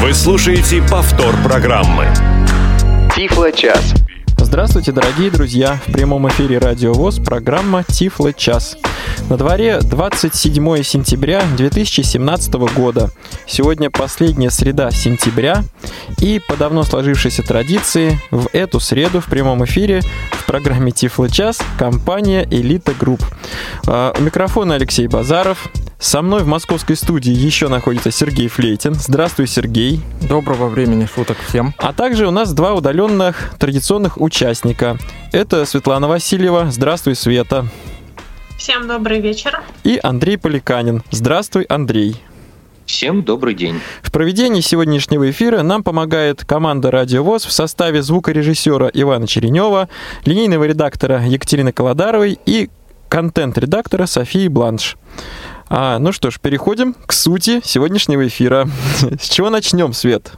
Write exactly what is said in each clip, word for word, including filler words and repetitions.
Вы слушаете повтор программы Тифло-час. Здравствуйте, дорогие друзья! В прямом эфире Радио ВОС программа «Тифло-час». На дворе двадцать седьмое сентября две тысячи семнадцатого года. Сегодня последняя среда сентября. И по давно сложившейся традиции в эту среду в прямом эфире в программе «Тифло-час» компания «Элита Групп». У микрофона Алексей Базаров. Со мной в московской студии еще находится Сергей Флейтин. Здравствуй, Сергей. Доброго времени суток всем. А также у нас два удаленных традиционных участника. Это Светлана Васильева. Здравствуй, Света. Всем добрый вечер. И Андрей Поликанин. Здравствуй, Андрей. Всем добрый день. В проведении сегодняшнего эфира нам помогает команда Радио ВОС в составе звукорежиссера Ивана Черенева, линейного редактора Екатерины Колодаровой и контент-редактора Софии Бланш. А, ну что ж, переходим к сути сегодняшнего эфира. С чего начнем, Свет?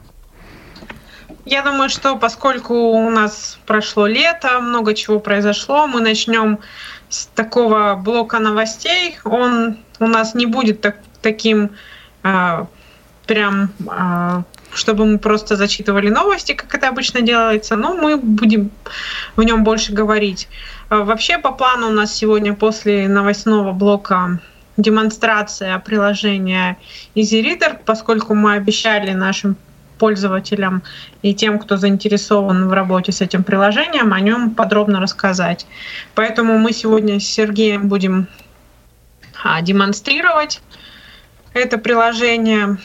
Я думаю, что поскольку у нас прошло лето, много чего произошло, мы начнем с такого блока новостей. Он у нас не будет так, таким а, прям, а, чтобы мы просто зачитывали новости, как это обычно делается, но мы будем в нем больше говорить. А, вообще, по плану у нас сегодня после новостного блока демонстрация приложения EasyReader, поскольку мы обещали нашим пользователям и тем, кто заинтересован в работе с этим приложением, о нем подробно рассказать. Поэтому мы сегодня с Сергеем будем а, демонстрировать это приложение.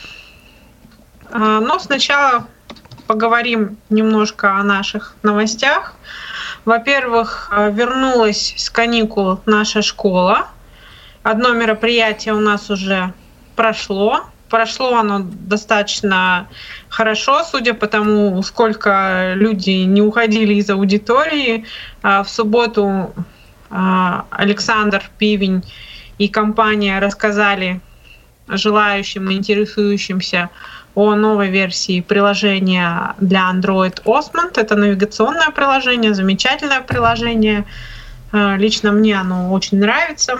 А, но сначала поговорим немножко о наших новостях. Во-первых, вернулась с каникул наша школа. Одно мероприятие у нас уже прошло. Прошло оно достаточно хорошо, судя по тому, сколько люди не уходили из аудитории. В субботу Александр Пивень и компания рассказали желающим и интересующимся о новой версии приложения для Android Osmond. Это навигационное приложение, замечательное приложение. Лично мне оно очень нравится.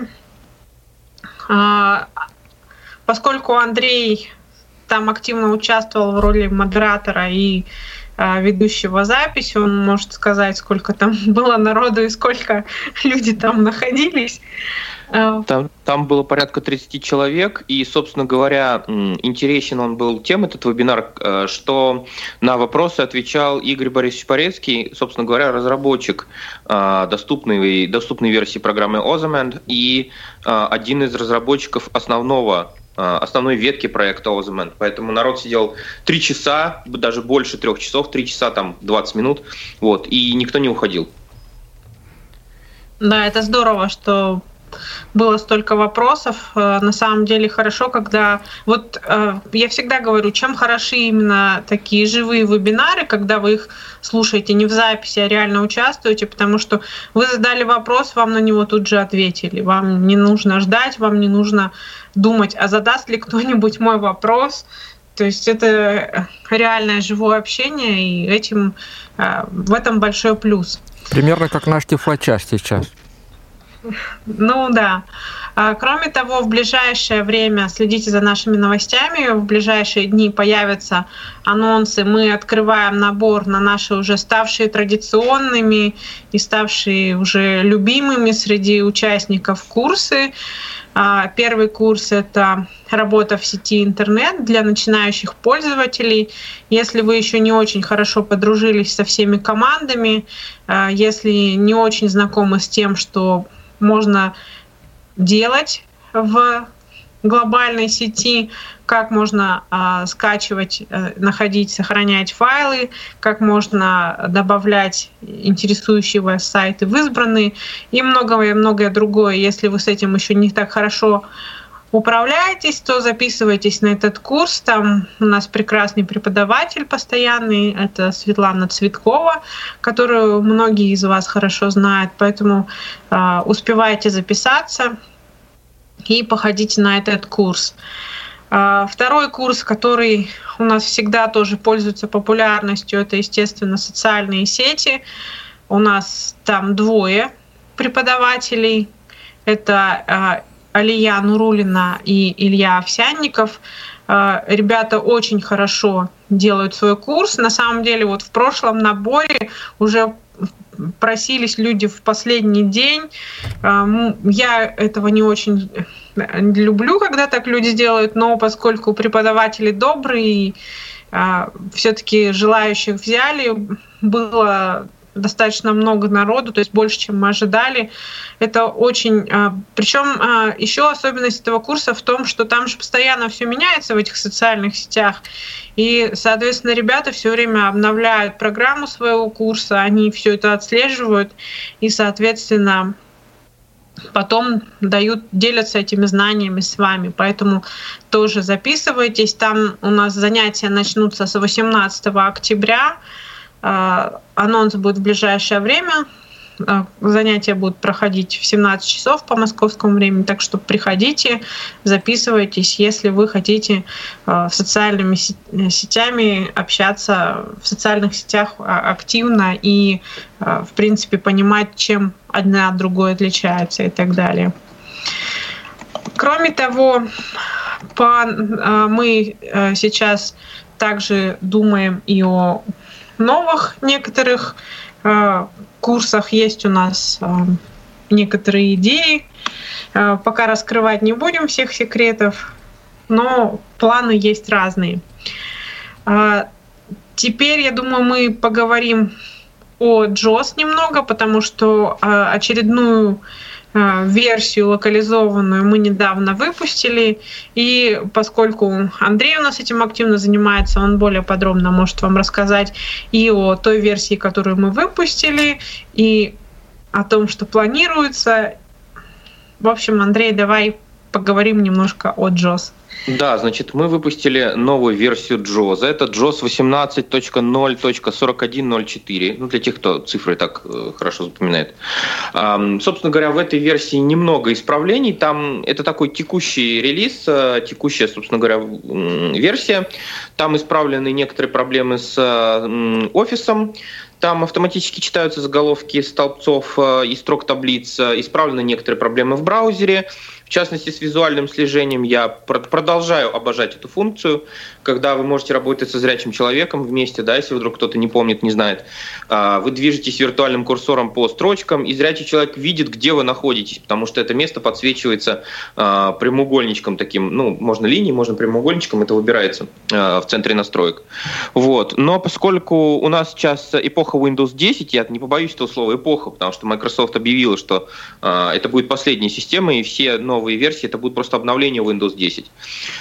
Поскольку Андрей там активно участвовал в роли модератора и ведущего записи, он может сказать, сколько там было народу и сколько люди там находились. Там, там было порядка тридцать человек, и, собственно говоря, интересен он был тем, этот вебинар, что на вопросы отвечал Игорь Борисович Порецкий, собственно говоря, разработчик доступной, доступной версии программы Osmond и один из разработчиков основного основной ветки проекта Osmond. Поэтому народ сидел три часа, даже больше трех часов, три часа, там двадцать минут, вот, и никто не уходил. Да, это здорово, что было столько вопросов. На самом деле хорошо, когда... Вот я всегда говорю, чем хороши именно такие живые вебинары, когда вы их слушаете не в записи, а реально участвуете, потому что вы задали вопрос, вам на него тут же ответили. Вам не нужно ждать, вам не нужно думать, а задаст ли кто-нибудь мой вопрос. То есть это реальное живое общение, и этим, в этом большой плюс. Примерно как наш Тифло-час сейчас. Ну да. Кроме того, в ближайшее время следите за нашими новостями. В ближайшие дни появятся анонсы. Мы открываем набор на наши уже ставшие традиционными и ставшие уже любимыми среди участников курсы. Первый курс — это работа в сети интернет для начинающих пользователей. Если вы еще не очень хорошо подружились со всеми командами, если не очень знакомы с тем, что можно делать в глобальной сети, как можно э, скачивать, э, находить, сохранять файлы, как можно добавлять интересующие вас сайты в избранные и многое-многое другое. Если вы с этим еще не так хорошо управляетесь, то записывайтесь на этот курс. Там у нас прекрасный преподаватель постоянный, это Светлана Цветкова, которую многие из вас хорошо знают, поэтому э, успевайте записаться и походите на этот курс. Э, второй курс, который у нас всегда тоже пользуется популярностью, это, естественно, социальные сети. У нас там двое преподавателей. Это э, Алия Нурулина и Илья Овсянников. Ребята очень хорошо делают свой курс. На самом деле, вот в прошлом наборе уже просились люди в последний день. Я этого не очень люблю, когда так люди делают, но поскольку преподаватели добрые, все-таки желающих взяли, было достаточно много народу, то есть больше, чем мы ожидали. Это очень... Причем еще особенность этого курса в том, что там же постоянно все меняется в этих социальных сетях. И, соответственно, ребята все время обновляют программу своего курса, они все это отслеживают и, соответственно, потом дают, делятся этими знаниями с вами. Поэтому тоже записывайтесь. Там у нас занятия начнутся с восемнадцатого октября. Анонс будет в ближайшее время. Занятия будут проходить в семнадцать часов по московскому времени, так что приходите, записывайтесь, если вы хотите социальными сетями общаться, в социальных сетях активно и, в принципе, понимать, чем одна от другой отличается и так далее. Кроме того, по, мы сейчас также думаем и о новых некоторых э, курсах. Есть у нас э, некоторые идеи. Э, пока раскрывать не будем всех секретов, но планы есть разные. Э, теперь, я думаю, мы поговорим о джоз немного, потому что э, очередную версию локализованную мы недавно выпустили, и поскольку Андрей у нас этим активно занимается, он более подробно может вам рассказать и о той версии, которую мы выпустили, и о том, что планируется. В общем, Андрей, давай поговорим немножко о джоз. Да, значит, мы выпустили новую версию джоз. Это джоз восемнадцать точка ноль точка сорок один ноль четыре. Ну, для тех, кто цифры так э, хорошо запоминает. Эм, собственно говоря, в этой версии немного исправлений. Там это такой текущий релиз, э, текущая, собственно говоря, э, версия. Там исправлены некоторые проблемы с э, офисом. Там автоматически читаются заголовки столбцов э, и строк таблиц. Исправлены некоторые проблемы в браузере. В частности, с визуальным слежением я продолжаю обожать эту функцию, когда вы можете работать со зрячим человеком вместе, да, если вдруг кто-то не помнит, не знает. Вы движетесь виртуальным курсором по строчкам, и зрячий человек видит, где вы находитесь, потому что это место подсвечивается прямоугольничком таким, ну, можно линией, можно прямоугольничком, это выбирается в центре настроек. Вот. Но поскольку у нас сейчас эпоха Windows десять, я не побоюсь этого слова эпоха, потому что Microsoft объявила, что это будет последняя система, и все новые новые версии, это будет просто обновление Windows десять.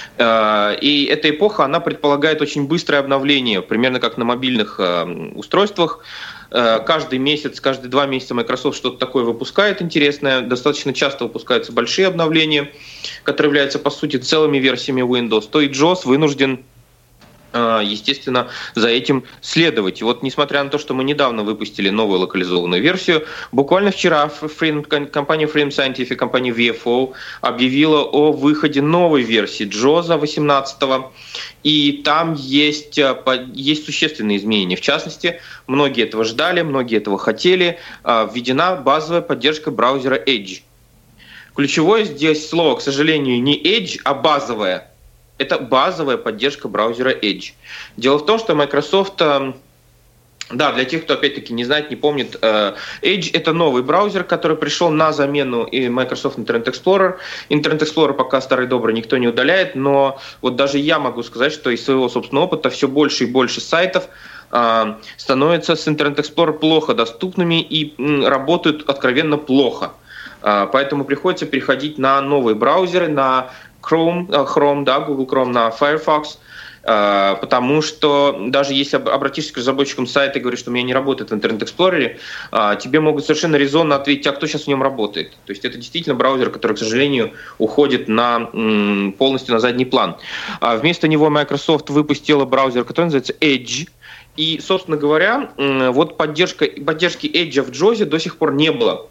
И эта эпоха, она предполагает очень быстрое обновление, примерно как на мобильных устройствах. Каждый месяц, каждые два месяца Microsoft что-то такое выпускает интересное. Достаточно часто выпускаются большие обновления, которые являются, по сути, целыми версиями Windows. То и джоз вынужден, естественно, за этим следовать. И вот, несмотря на то, что мы недавно выпустили новую локализованную версию, буквально вчера Freedom, компания Freedom Scientific, компания ви эф о объявила о выходе новой версии джоза восемнадцатого, и там есть, есть существенные изменения. В частности, многие этого ждали, многие этого хотели. Введена базовая поддержка браузера Edge. Ключевое здесь слово, к сожалению, не Edge, а базовая. Это базовая поддержка браузера Edge. Дело в том, что Microsoft, да, для тех, кто опять-таки не знает, не помнит, Edge — это новый браузер, который пришел на замену Microsoft Internet Explorer. Internet Explorer пока старый добрый никто не удаляет, но вот даже я могу сказать, что из своего собственного опыта все больше и больше сайтов становятся с Internet Explorer плохо доступными и работают откровенно плохо. Поэтому приходится переходить на новые браузеры, на Chrome, Chrome, да, Google Chrome, на Firefox, потому что даже если обратишься к разработчикам сайта и говоришь, что у меня не работает в Internet Explorer, тебе могут совершенно резонно ответить, а кто сейчас в нем работает. То есть это действительно браузер, который, к сожалению, уходит на, полностью на задний план. Вместо него Microsoft выпустила браузер, который называется Edge. И, собственно говоря, вот поддержка, поддержки Edge в джозе до сих пор не было.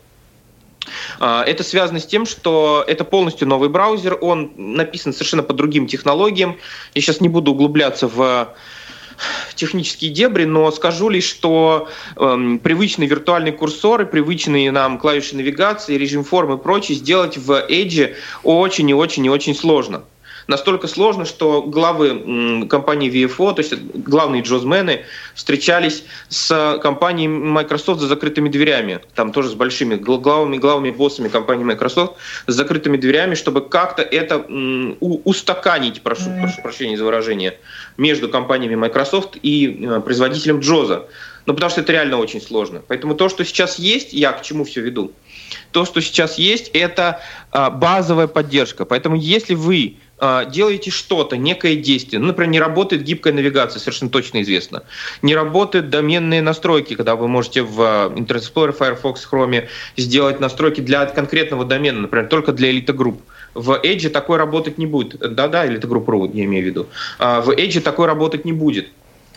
Это связано с тем, что это полностью новый браузер, он написан совершенно по другим технологиям. Я сейчас не буду углубляться в технические дебри, но скажу лишь, что э, привычные виртуальные курсоры, привычные нам клавиши навигации, режим формы и прочее сделать в Edge очень и очень и очень сложно. настолько сложно, что главы компании ви эф о, то есть главные джозмены, встречались с компанией Microsoft за закрытыми дверями, там тоже с большими главами, главами боссами компании Microsoft, с закрытыми дверями, чтобы как-то это устаканить, прошу, прошу прощения за выражение, между компаниями Microsoft и производителем джоза. Ну, потому что это реально очень сложно. Поэтому то, что сейчас есть, я к чему все веду, то, что сейчас есть, это а, базовая поддержка. Поэтому если вы а, делаете что-то, некое действие, ну, например, не работает гибкая навигация, совершенно точно известно, не работают доменные настройки, когда вы можете в Internet Explorer, Firefox, Chrome сделать настройки для конкретного домена, например, только для Elite Group. В Edge такое работать не будет. Да-да, Elite Group точка ру, я имею в виду. А, в Edge такое работать не будет.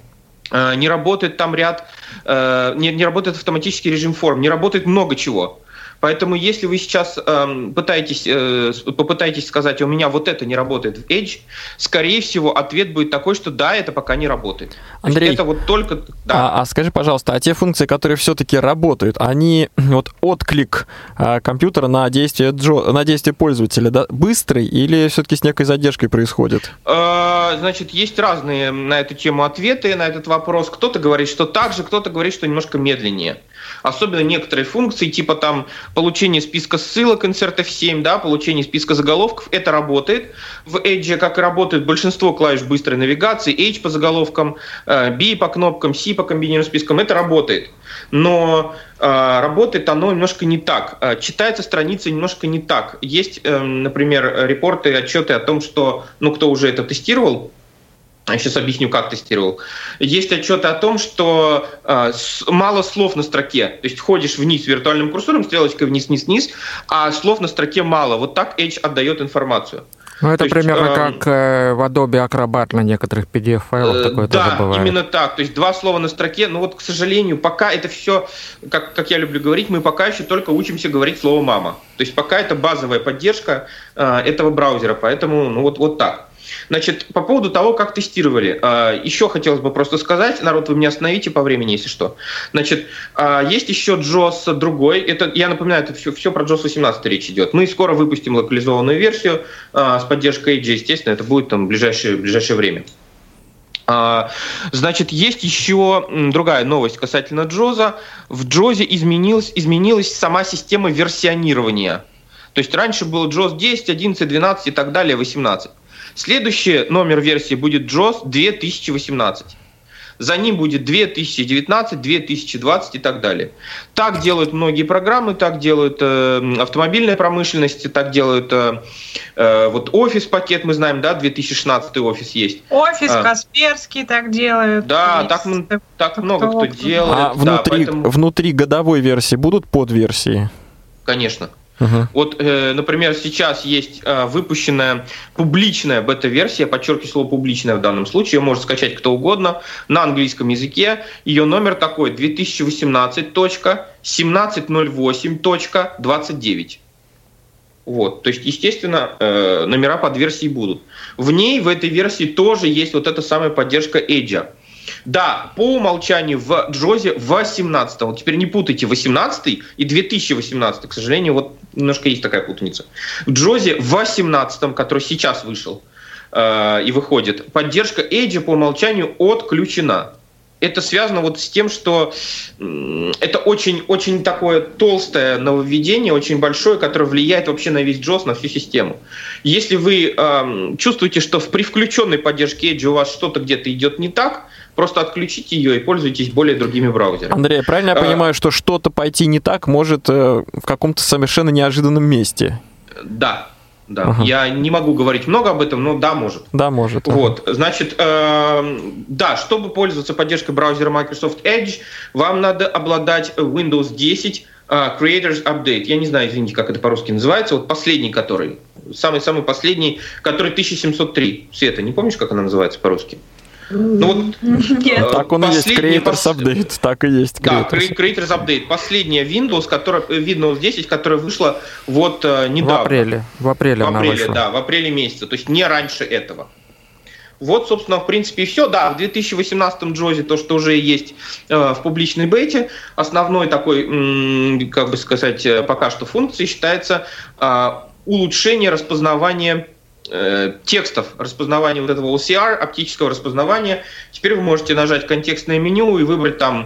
Не работает там ряд, не, не работает автоматический режим форм, не работает много чего. Поэтому если вы сейчас э, пытаетесь, э, попытаетесь сказать, у меня вот это не работает в Edge, скорее всего, ответ будет такой, что да, это пока не работает. Андрей, это вот только... Да. А, а скажи, пожалуйста, а те функции, которые все-таки работают, они, вот отклик а, компьютера на действие, Джо, на действие пользователя, да, быстрый или все-таки с некой задержкой происходит? Э, значит, есть разные на эту тему ответы, на этот вопрос. Кто-то говорит, что так же, кто-то говорит, что немножко медленнее. Особенно некоторые функции, типа там получение списка ссылок, insert эф семь, да, получение списка заголовков, это работает. В Edge, как и работает большинство клавиш быстрой навигации, H по заголовкам, B по кнопкам, C по комбинированным спискам, это работает. Но э, работает оно немножко не так. Читается страница немножко не так. Есть, э, например, репорты, отчеты о том, что, ну, кто уже это тестировал, я сейчас объясню, как тестировал. Есть отчеты о том, что э, с, мало слов на строке. То есть ходишь вниз виртуальным курсором, стрелочкой вниз-вниз-вниз, а слов на строке мало. Вот так Edge отдает информацию. Ну, это то примерно есть, как э, в Adobe Acrobat на некоторых пи ди эф-файлах э, такое да, тоже бывает. Да, именно так. То есть два слова на строке. Но вот, к сожалению, пока это все, как, как я люблю говорить, мы пока еще только учимся говорить слово «мама». То есть пока это базовая поддержка э, этого браузера. Поэтому ну, вот, вот так. Значит, по поводу того, как тестировали, еще хотелось бы просто сказать, народ, вы меня остановите по времени, если что. Значит, есть еще джоз другой, это, я напоминаю, это все, все про джоз восемнадцать речь идет. Мы скоро выпустим локализованную версию с поддержкой Edge, естественно, это будет там в ближайшее, в ближайшее время. Значит, есть еще другая новость касательно джоза. В джозе изменилась, изменилась сама система версионирования. То есть раньше был джоз десять, одиннадцать, двенадцать и так далее, восемнадцать. Следующий номер версии будет джоз две тысячи восемнадцать. За ним будет две тысячи девятнадцать, две тысячи двадцать и так далее. Так делают многие программы, так делают э, автомобильная промышленность, так делают э, э, вот офис-пакет, мы знаем, да, две тысячи шестнадцатый офис есть. Офис, а. Касперский так делают. Да, так, так много кто делает. А внутри, да, поэтому... внутри годовой версии будут подверсии? Конечно. Uh-huh. Вот, э, например, сейчас есть э, выпущенная публичная бета-версия, подчеркиваю слово публичная в данном случае, ее может скачать кто угодно на английском языке. Ее номер такой две тысячи восемнадцать точка семнадцать ноль восемь точка двадцать девять. Вот, то есть, естественно, э, номера подверсий будут. В ней, в этой версии тоже есть вот эта самая поддержка Edge. Да, по умолчанию в джозе восемнадцатом. Вот теперь не путайте восемнадцатый и две тысячи восемнадцатый. К сожалению, вот немножко есть такая путаница. В джозе восемнадцатом, который сейчас вышел э, и выходит, поддержка Edge по умолчанию отключена. Это связано вот с тем, что э, это очень-очень такое толстое нововведение, очень большое, которое влияет вообще на весь джоз, на всю систему. Если вы э, чувствуете, что в при включенной поддержке Edge у вас что-то где-то идет не так, просто отключите ее и пользуйтесь более другими браузерами. Андрей, правильно я а, понимаю, что что-то пойти не так может э, в каком-то совершенно неожиданном месте? Да, да. Ага. Я не могу говорить много об этом, но да, может. Да, может. Вот, ага. Значит, э, да, чтобы пользоваться поддержкой браузера Microsoft Edge, вам надо обладать Windows десять uh, Creators Update. Я не знаю, извините, как это по-русски называется. Вот последний, который, самый-самый последний, который тысяча семьсот три. Света, не помнишь, как она называется по-русски? Ну, вот, Нет. Так он и есть, Creators пос... Update, так и есть. Creators. Да, Creators Update. Последняя Windows, которая, Windows десять, которая вышла вот недавно. В апреле. В апреле, в она апреле вышла. Да, в апреле месяце, то есть не раньше этого. Вот, собственно, в принципе, и все. Да, в две тысячи восемнадцатом джозе то, что уже есть э, в публичной бете, основной такой, м- как бы сказать, пока что функцией считается э, улучшение распознавания э, текстов распознавания вот этого о си ар, оптического распознавания. Теперь вы можете нажать контекстное меню и выбрать там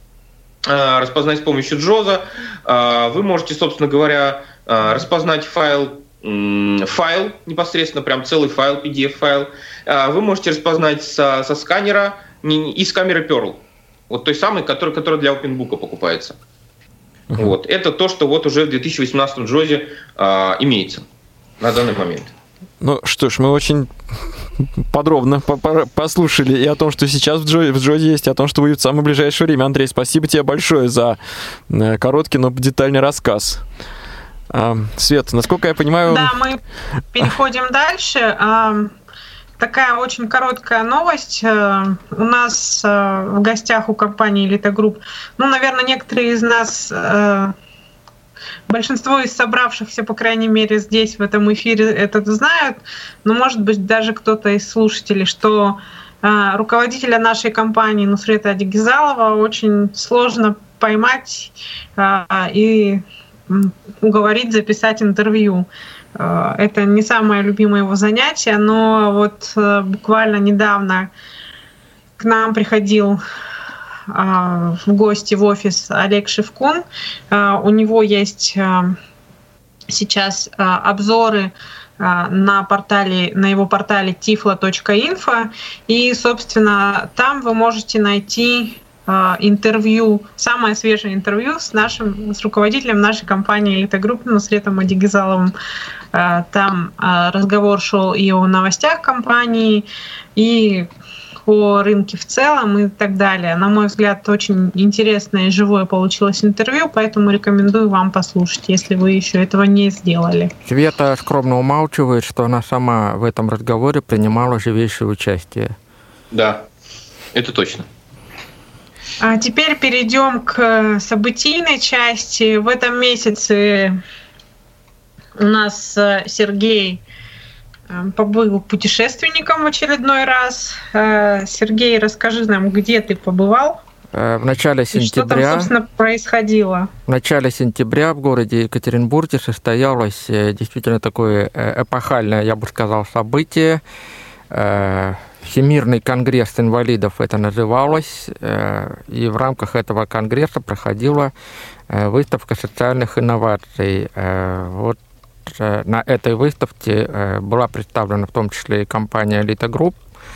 э, распознать с помощью джоза. Э, вы можете, собственно говоря, э, распознать файл, э, файл непосредственно, прям целый файл, пи ди эф-файл. Э, вы можете распознать со, со сканера не, из камеры Pearl. Вот той самой, которая, которая для OpenBook покупается. Uh-huh. Вот. Это то, что вот уже в две тысячи восемнадцатом джозе э, имеется на данный момент. Ну что ж, мы очень подробно послушали и о том, что сейчас в джозе, в джозе есть, и о том, что будет в самое ближайшее время. Андрей, спасибо тебе большое за короткий, но детальный рассказ. Свет, насколько я понимаю... Да, мы переходим дальше. Такая очень короткая новость. У нас в гостях у компании Elite Group, ну, наверное, некоторые из нас, большинство из собравшихся, по крайней мере, здесь, в этом эфире, это знают, но, может быть, даже кто-то из слушателей, что руководителя нашей компании Нусрета Адигизалова очень сложно поймать и уговорить записать интервью. Это не самое любимое его занятие, но вот буквально недавно к нам приходил в гости в офис Олег Шевкун. У него есть сейчас обзоры на портале, на его портале тифло точка инфо, и, собственно, там вы можете найти интервью, самое свежее интервью с нашим, с руководителем нашей компании Elite Group Нусретом Адигизаловым. Там разговор шел и о новостях компании, и о рынке в целом и так далее. На мой взгляд, очень интересное и живое получилось интервью, поэтому рекомендую вам послушать, если вы еще этого не сделали. Света скромно умалчивает, что она сама в этом разговоре принимала живейшее участие. Да, это точно. А теперь перейдем к событийной части. В этом месяце у нас Сергей побыл путешественником в очередной раз. Сергей, расскажи нам, где ты побывал? В начале сентября, и что там, собственно, происходило? В начале сентября в городе Екатеринбурге состоялось действительно такое эпохальное, я бы сказал, событие. Всемирный конгресс инвалидов это называлось, и в рамках этого конгресса проходила выставка социальных инноваций. Вот на этой выставке была представлена в том числе и компания Elite Group,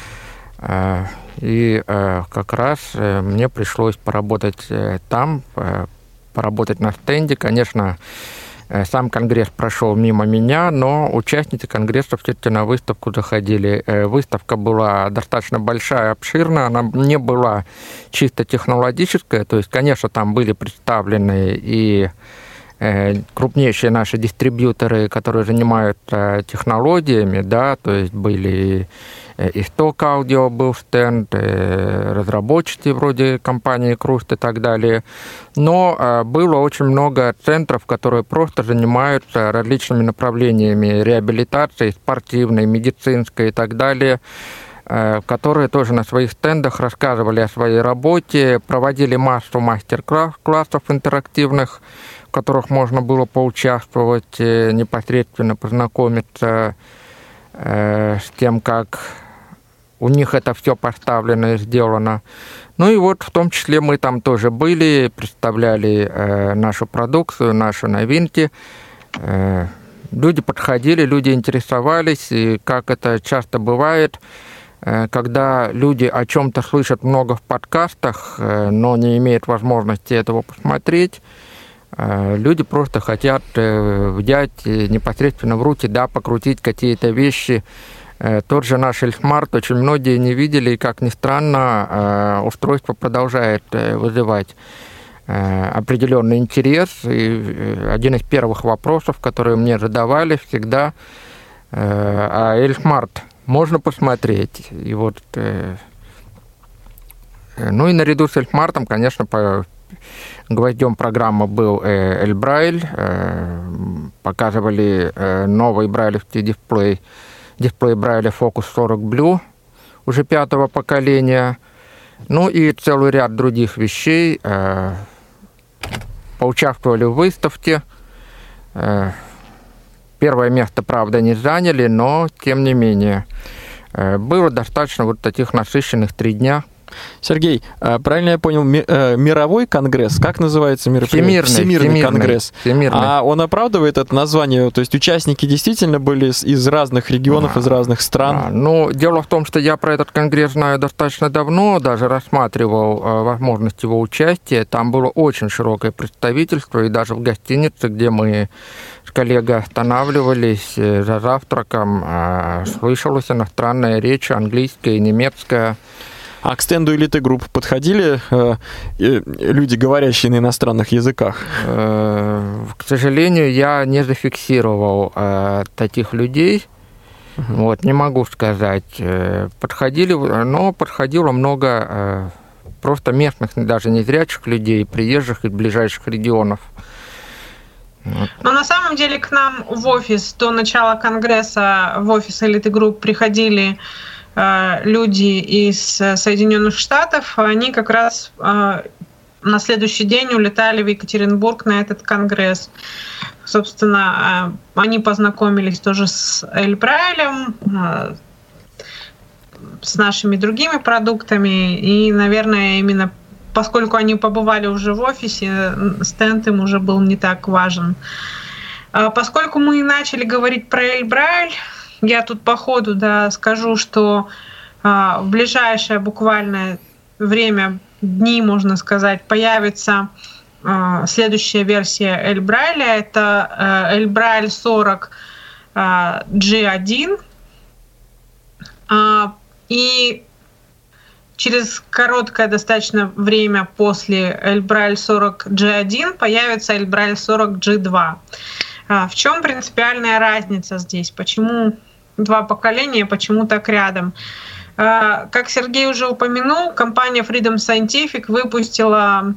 и как раз мне пришлось поработать там, поработать на стенде. Конечно, сам конгресс прошел мимо меня, но участники конгресса все-таки на выставку заходили. Выставка была достаточно большая, обширная, она не была чисто технологическая, то есть, конечно, там были представлены и крупнейшие наши дистрибьюторы, которые занимаются технологиями, да, то есть были и Stock Audio был стенд, разработчики вроде компании Cruise и так далее. Но было очень много центров, которые просто занимаются различными направлениями реабилитации, спортивной, медицинской и так далее, которые тоже на своих стендах рассказывали о своей работе, проводили массу мастер-классов интерактивных, в которых можно было поучаствовать, непосредственно познакомиться с тем, как у них это все поставлено и сделано. Ну и вот в том числе мы там тоже были, представляли э, нашу продукцию, наши новинки. Э, люди подходили, люди интересовались, и как это часто бывает, э, когда люди о чем-то слышат много в подкастах, э, но не имеют возможности этого посмотреть, э, люди просто хотят э, взять непосредственно в руки, да, покрутить какие-то вещи. Тот же наш Эльсмарт очень многие не видели, и, как ни странно, устройство продолжает вызывать определенный интерес. И один из первых вопросов, которые мне задавали всегда: а Эльсмарт можно посмотреть? И вот, ну и наряду с Эльсмартом, конечно, по гвоздем программы был Эльбрайль. Показывали новый брайлевский дисплей, дисплей Брайля Focus сорок Blue, уже пятого поколения, ну и целый ряд других вещей. Поучаствовали в выставке, Первое место, правда, не заняли, но тем не менее. Было достаточно вот таких насыщенных три дня. Сергей, правильно я понял, мировой конгресс, как называется мероприятие? Всемирный, Всемирный, всемирный конгресс. Всемирный. А он оправдывает это название? То есть участники действительно были из разных регионов, а, из разных стран? А, ну, дело в том, что я про этот конгресс знаю достаточно давно, даже рассматривал а, возможность его участия. Там было очень широкое представительство, и даже в гостинице, где мы с коллегой останавливались за завтраком, а, слышалась иностранная речь, английская и немецкая. А к стенду элиты групп подходили э, э, люди, говорящие на иностранных языках? Э, к сожалению, я не зафиксировал э, таких людей. Uh-huh. Вот, не могу сказать. Подходили, но подходило много э, просто местных, даже незрячих людей, приезжих из ближайших регионов. Вот. Но на самом деле к нам в офис до начала конгресса, в офис элиты групп приходили люди из Соединенных Штатов, они как раз на следующий день улетали в Екатеринбург на этот конгресс. Собственно, они познакомились тоже с Эль Брайлем, с нашими другими продуктами, и, наверное, именно поскольку они побывали уже в офисе, стенд им уже был не так важен. Поскольку мы начали говорить про Эль Брайль, я тут по ходу да, скажу, что а, в ближайшее буквально время, дни, можно сказать, появится а, следующая версия Эль Брайля. Это а, Эль Брайль сорок а, джи один. А, и через короткое достаточно время после Эль Брайль сорок джи один появится Эль Брайль сорок джи два. А, в чем принципиальная разница здесь? Почему два поколения, почему так рядом? Как Сергей уже упомянул, компания Freedom Scientific выпустила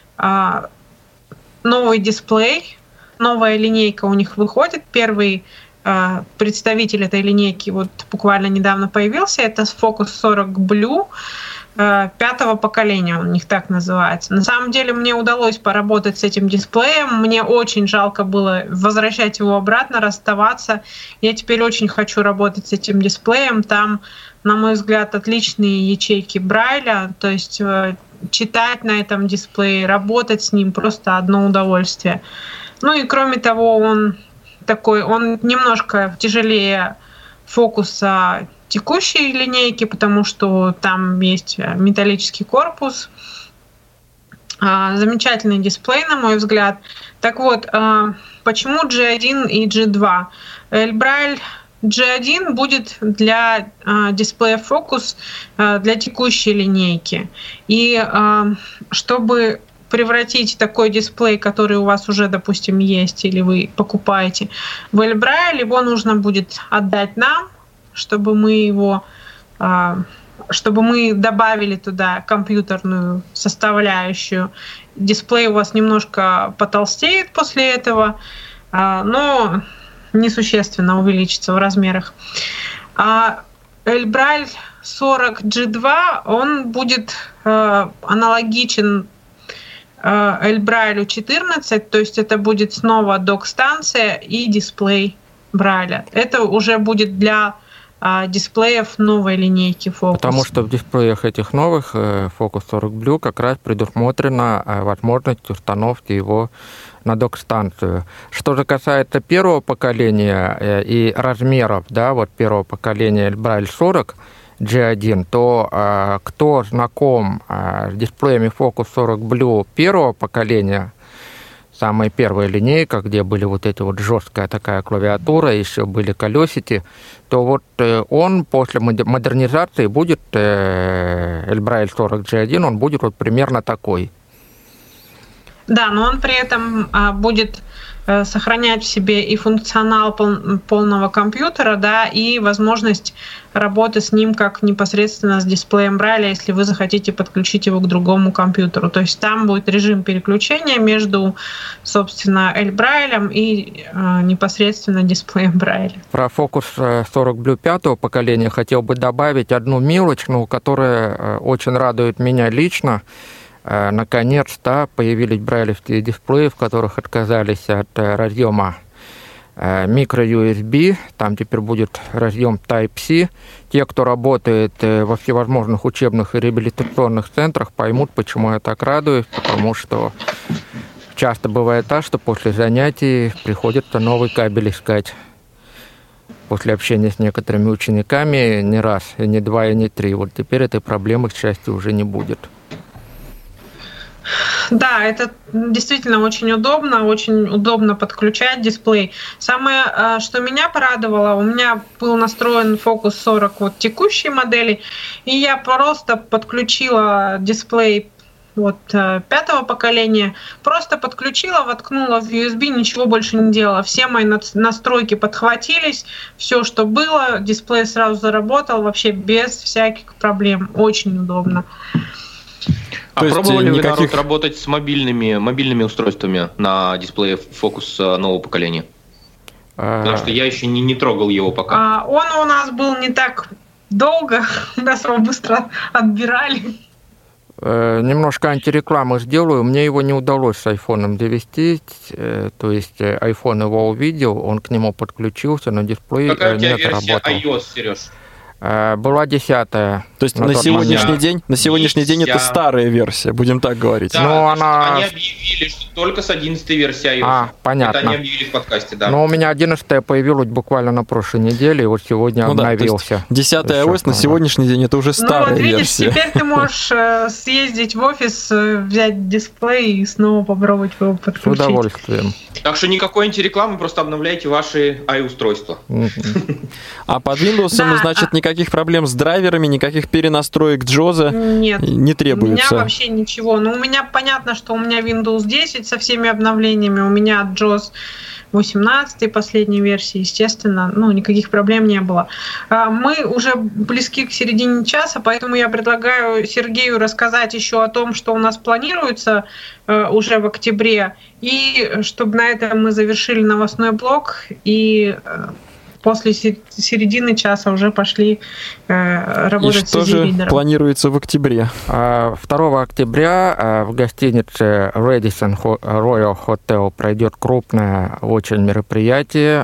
новый дисплей, новая линейка у них выходит. Первый представитель этой линейки вот буквально недавно появился, это Focus сорок Blue, пятого поколения, он у них так называется. На самом деле мне удалось поработать с этим дисплеем, мне очень жалко было возвращать его обратно, расставаться. Я теперь очень хочу работать с этим дисплеем, там, на мой взгляд, отличные ячейки Брайля, то есть читать на этом дисплее, работать с ним просто одно удовольствие. Ну и кроме того, он такой, он немножко тяжелее фокуса текущей линейки, потому что там есть металлический корпус. Замечательный дисплей, на мой взгляд. Так вот, почему джи один и джи два? Эль Брайль джи один будет для дисплея фокус для текущей линейки. И чтобы превратить такой дисплей, который у вас уже, допустим, есть, или вы покупаете в Эль Брайль, его нужно будет отдать нам, чтобы мы его, чтобы мы добавили туда компьютерную составляющую. Дисплей у вас немножко потолстеет после этого, но несущественно увеличится в размерах. Эль Брайль сорок джи два, он будет аналогичен Эль Брайлю четырнадцать, то есть это будет снова док-станция и дисплей Брайля. Это уже будет для а, дисплеев новой линейки Focus. Потому что в дисплеях этих новых Focus сорок Blue как раз предусмотрена возможность установки его на док-станцию. Что же касается первого поколения и размеров, да, вот первого поколения Эль Брайль сорок джи один, то э, кто знаком э, с дисплеями Focus сорок Blue первого поколения, самая первая линейка, где были вот эти вот жесткая такая клавиатура, еще были колесики, то вот э, он после модернизации будет, э, Эль Брайль сорок джи один, он будет вот примерно такой. Да, но он при этом э, будет сохранять в себе и функционал полного компьютера, да, и возможность работы с ним как непосредственно с дисплеем Брайля, если вы захотите подключить его к другому компьютеру. То есть там будет режим переключения между, собственно, Эль Брайлем и э, непосредственно дисплеем Брайля. Про Focus сорок Blue пятого поколения хотел бы добавить одну мелочь, ну, которая очень радует меня лично. Наконец-то появились брайлевские дисплеи, в которых отказались от разъема микро-ю эс би, там теперь будет разъем Type-C. Те, кто работает во всевозможных учебных и реабилитационных центрах, поймут, почему я так радуюсь, потому что часто бывает так, что после занятий приходится новый кабель искать. После общения с некоторыми учениками не раз, и не два, и не три. Вот теперь этой проблемы, к счастью, уже не будет. Да, это действительно очень удобно, очень удобно подключать дисплей. Самое, что меня порадовало, у меня был настроен Focus сорок вот текущей модели, и я просто подключила дисплей вот пятого поколения, просто подключила, воткнула в ю эс би, ничего больше не делала. Все мои настройки подхватились, все, что было, дисплей сразу заработал, вообще без всяких проблем. Очень удобно. А То пробовали есть вы, никаких... народ, работать с мобильными, мобильными устройствами на дисплее Focus нового поколения? А... Потому что я еще не, не трогал его пока. А, он у нас был не так долго, нас его быстро отбирали. Э, немножко антирекламы сделаю. Мне его не удалось с айфоном довести. Э, то есть iPhone его увидел, он к нему подключился, но дисплей Какая не у тебя версия отработал. iOS, Сереж? Была десятая. То есть на, на сегодняшний день, на сегодняшний день это старая версия, будем так говорить. Да, но она... они объявили, что только с одиннадцатой версии iOS. А, понятно. Это они объявили в подкасте, да. Но у меня одиннадцатая появилась буквально на прошлой неделе, и вот сегодня ну А обновился. Да, десятая iOS на сегодняшний день это уже старая ну, вот видишь, версия. Теперь ты можешь съездить в офис, взять дисплей и снова попробовать его подключить. С удовольствием. Так что никакой антирекламы, просто обновляйте ваши ай-устройства. А под Windows, Да, значит, а- никаких проблем с драйверами, никаких перенастроек джоза Нет, не требуется. У меня вообще ничего. Ну, у меня понятно, что у меня Windows десять со всеми обновлениями, у меня джоз восемнадцать последней версии, естественно, ну, никаких проблем не было. Мы уже близки к середине часа, поэтому я предлагаю Сергею рассказать еще о том, что у нас планируется уже в октябре, и чтобы на этом мы завершили новостной блок и после середины часа уже пошли э, работать с Easy Reader. И что же планируется в октябре? второго октября в гостинице Radisson Royal Hotel пройдет крупное очень мероприятие,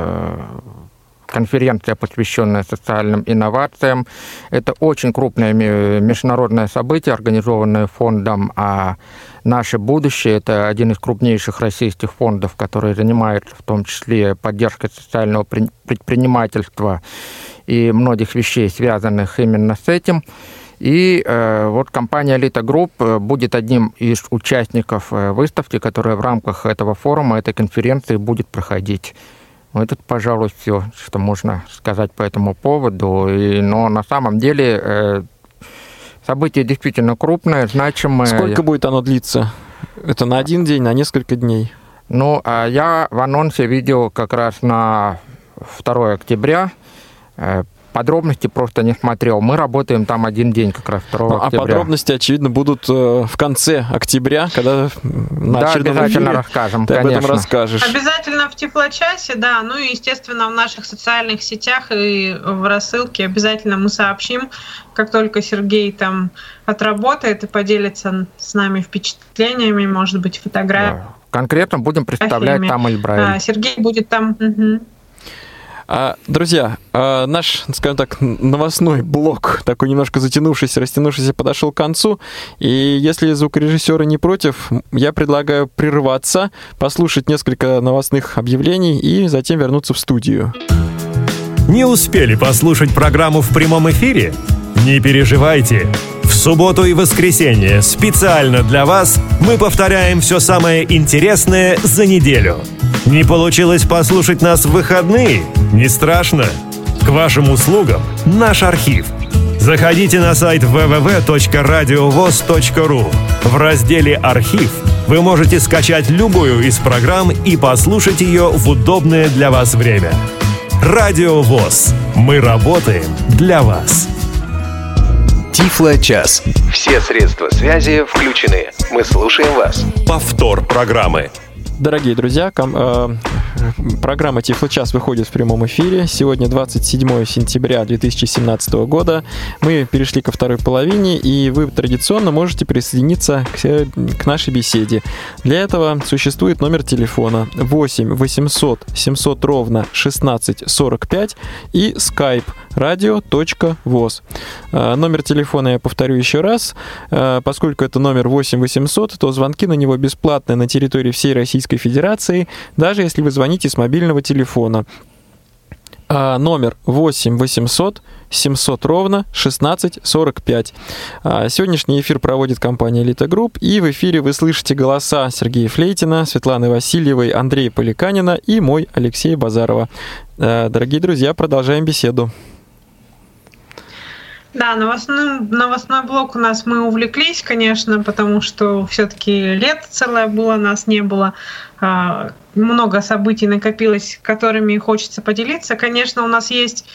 конференция, посвященная социальным инновациям. Это очень крупное международное событие, организованное фондом «Наше будущее». Это один из крупнейших российских фондов, который занимается в том числе поддержкой социального предпринимательства и многих вещей, связанных именно с этим. И э, вот компания Elite Group будет одним из участников выставки, которая в рамках этого форума, этой конференции будет проходить. Вот это, пожалуй, все, что можно сказать по этому поводу. И, но на самом деле э, событие действительно крупное, значимое. Сколько будет оно длиться? Это на один день, на несколько дней? Ну, а я в анонсе видел как раз на второго октября. Э, Подробности просто не смотрел. Мы работаем там один день, как раз второго ну, октября. А подробности, очевидно, будут в конце октября, когда на да, очередном обязательно эфире расскажем, ты конечно. об этом расскажешь. Обязательно в Тифлочасе, да. Ну и, естественно, в наших социальных сетях и в рассылке обязательно мы сообщим, как только Сергей там отработает и поделится с нами впечатлениями, может быть, фотографиями. Да. Конкретно будем представлять там Эльбраиль. А, Сергей будет там... Угу. Друзья, наш, скажем так, новостной блок, такой немножко затянувшийся, растянувшийся, подошел к концу. И если звукорежиссеры не против, я предлагаю прерваться, послушать несколько новостных объявлений и затем вернуться в студию. Не успели послушать программу в прямом эфире? Не переживайте. В субботу и воскресенье специально для вас мы повторяем все самое интересное за неделю. Не получилось послушать нас в выходные? Не страшно. К вашим услугам наш архив. Заходите на сайт дабл ю дабл ю дабл ю точка радиовос точка ру. В разделе «Архив» вы можете скачать любую из программ и послушать ее в удобное для вас время. Радио ВОС. Мы работаем для вас. Тифло-час. Все средства связи включены. Мы слушаем вас. Повтор программы. Дорогие друзья, ком- э, Программа «Тифлочас» выходит в прямом эфире. Сегодня двадцать седьмое сентября две тысячи семнадцатого года. Мы перешли ко второй половине, и вы традиционно можете присоединиться к, к нашей беседе. Для этого существует номер телефона восемь восемьсот семьсот ровно шестнадцать сорок пять и skype радио точка воз. Номер телефона я повторю еще раз. Поскольку это номер восемь восемьсот, то звонки на него бесплатные на территории всей Российской Федерации, даже если вы звоните с мобильного телефона. Номер восемь восемьсот семьсот ровно шестнадцать сорок пять. Сегодняшний эфир проводит компания «Элита Групп», и в эфире вы слышите голоса Сергея Флейтина, Светланы Васильевой, Андрея Поликанина и мой Алексея Базарова. Дорогие друзья, продолжаем беседу. Да, новостной, новостной блок у нас мы увлеклись, конечно, потому что все-таки лето целое было, нас не было. Много событий накопилось, которыми хочется поделиться. Конечно, у нас есть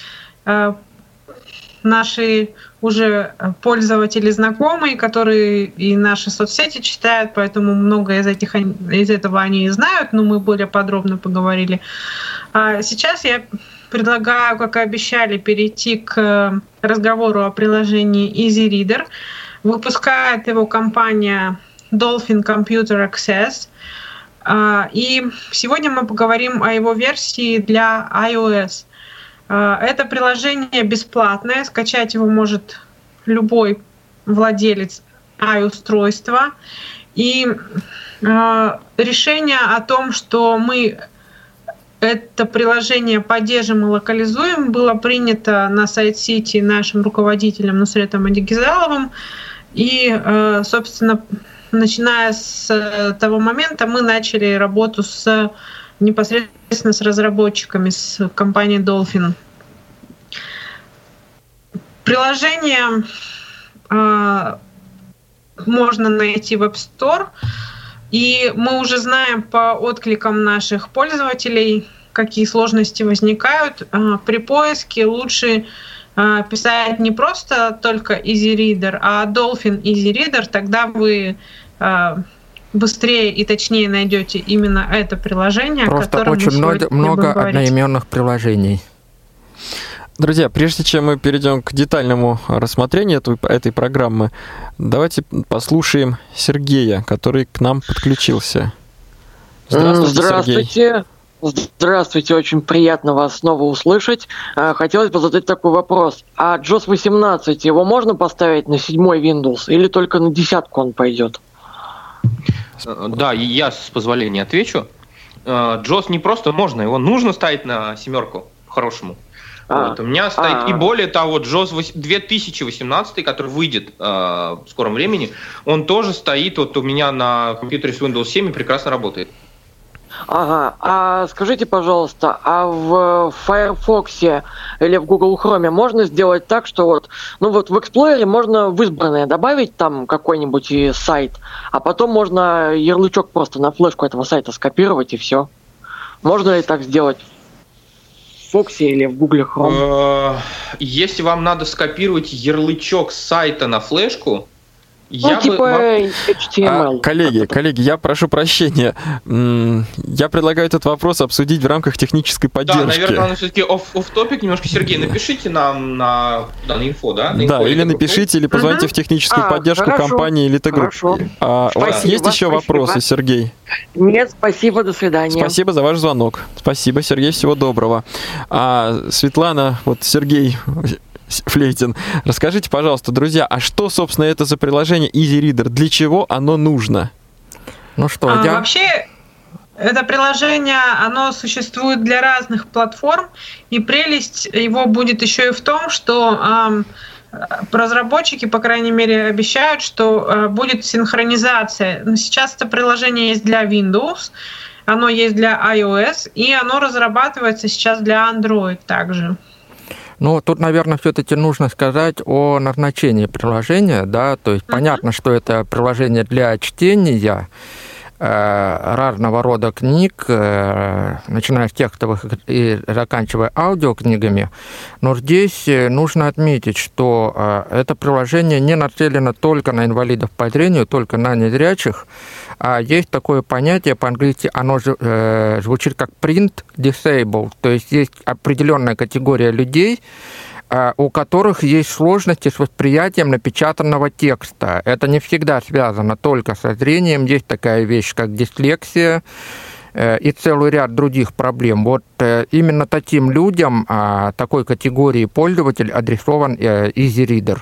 наши уже пользователи знакомые, которые и наши соцсети читают, поэтому много из, этих, из этого они и знают, но мы более подробно поговорили. А сейчас я предлагаю, как и обещали, перейти к разговору о приложении EasyReader. Выпускает его компания Dolphin Computer Access. И сегодня мы поговорим о его версии для iOS. Это приложение бесплатное, скачать его может любой владелец i-устройства. И решение о том, что мы это приложение поддержим и локализуем, было принято на сайт-сити нашим руководителем Нусретом Адигизаловым. И, собственно, начиная с того момента мы начали работу с непосредственно с разработчиками, с компанией Dolphin. Приложение э, можно найти в App Store, и мы уже знаем по откликам наших пользователей, какие сложности возникают. Э, при поиске лучше э, писать не просто только EasyReader, а Dolphin EasyReader, тогда вы э, быстрее и точнее найдете именно это приложение, Просто о котором очень мы много, много одноименных приложений. Друзья, прежде чем мы перейдем к детальному рассмотрению этой, этой программы, давайте послушаем Сергея, который к нам подключился. Здравствуйте, Здравствуйте. Сергей. Здравствуйте, очень приятно вас снова услышать. Хотелось бы задать такой вопрос. А джос восемнадцать, его можно поставить на седьмой Windows или только на десятку он пойдет? Да, я с позволения отвечу. джос не просто можно, его нужно ставить на семерку по-хорошему. А, вот, у меня стоит, а, и более того, джос две тысячи восемнадцать, который выйдет э, в скором времени, он тоже стоит вот у меня на компьютере с Windows семь и прекрасно работает. Ага, а скажите, пожалуйста, а в Firefox или в Google Chrome можно сделать так, что вот, ну вот в Explorer можно в избранное добавить там какой-нибудь сайт, а потом можно ярлычок просто на флешку этого сайта скопировать и все. Можно ли так сделать в Firefox или в Google Chrome? Если вам надо скопировать ярлычок сайта на флешку, Ну, я типа бы... эйч ти эм эл. А, коллеги, коллеги, я прошу прощения. Я предлагаю этот вопрос обсудить в рамках технической поддержки. Да, наверное, он все-таки офф-топик немножко. Сергей, напишите нам на, на, на инфо, да? На да, инфо, или напишите, или позвоните угу. в техническую а, поддержку хорошо, компании «Элита Групп». А, у вас есть еще спасибо. вопросы, Сергей? Нет, спасибо, до свидания. Спасибо за ваш звонок. Спасибо, Сергей, всего доброго. А, Светлана, вот Сергей... Флейтин, расскажите, пожалуйста, друзья, а что, собственно, это за приложение EasyReader? Для чего оно нужно? Ну что, а, я... Вообще, это приложение, оно существует для разных платформ, и прелесть его будет еще и в том, что э, разработчики, по крайней мере, обещают, что э, будет синхронизация. Сейчас это приложение есть для Windows, оно есть для iOS, и оно разрабатывается сейчас для Android также. Ну, тут, наверное, все-таки нужно сказать о назначении приложения, да, то есть mm-hmm. понятно, что это приложение для чтения, разного рода книг, начиная с текстовых и заканчивая аудиокнигами. Но здесь нужно отметить, что это приложение не нацелено только на инвалидов по зрению, только на незрячих. А есть такое понятие, по-английски оно звучит как print disabled, то есть есть определенная категория людей, у которых есть сложности с восприятием напечатанного текста. Это не всегда связано только со зрением. Есть такая вещь, как дислексия и целый ряд других проблем. Вот именно таким людям, такой категории пользователь адресован EasyReader.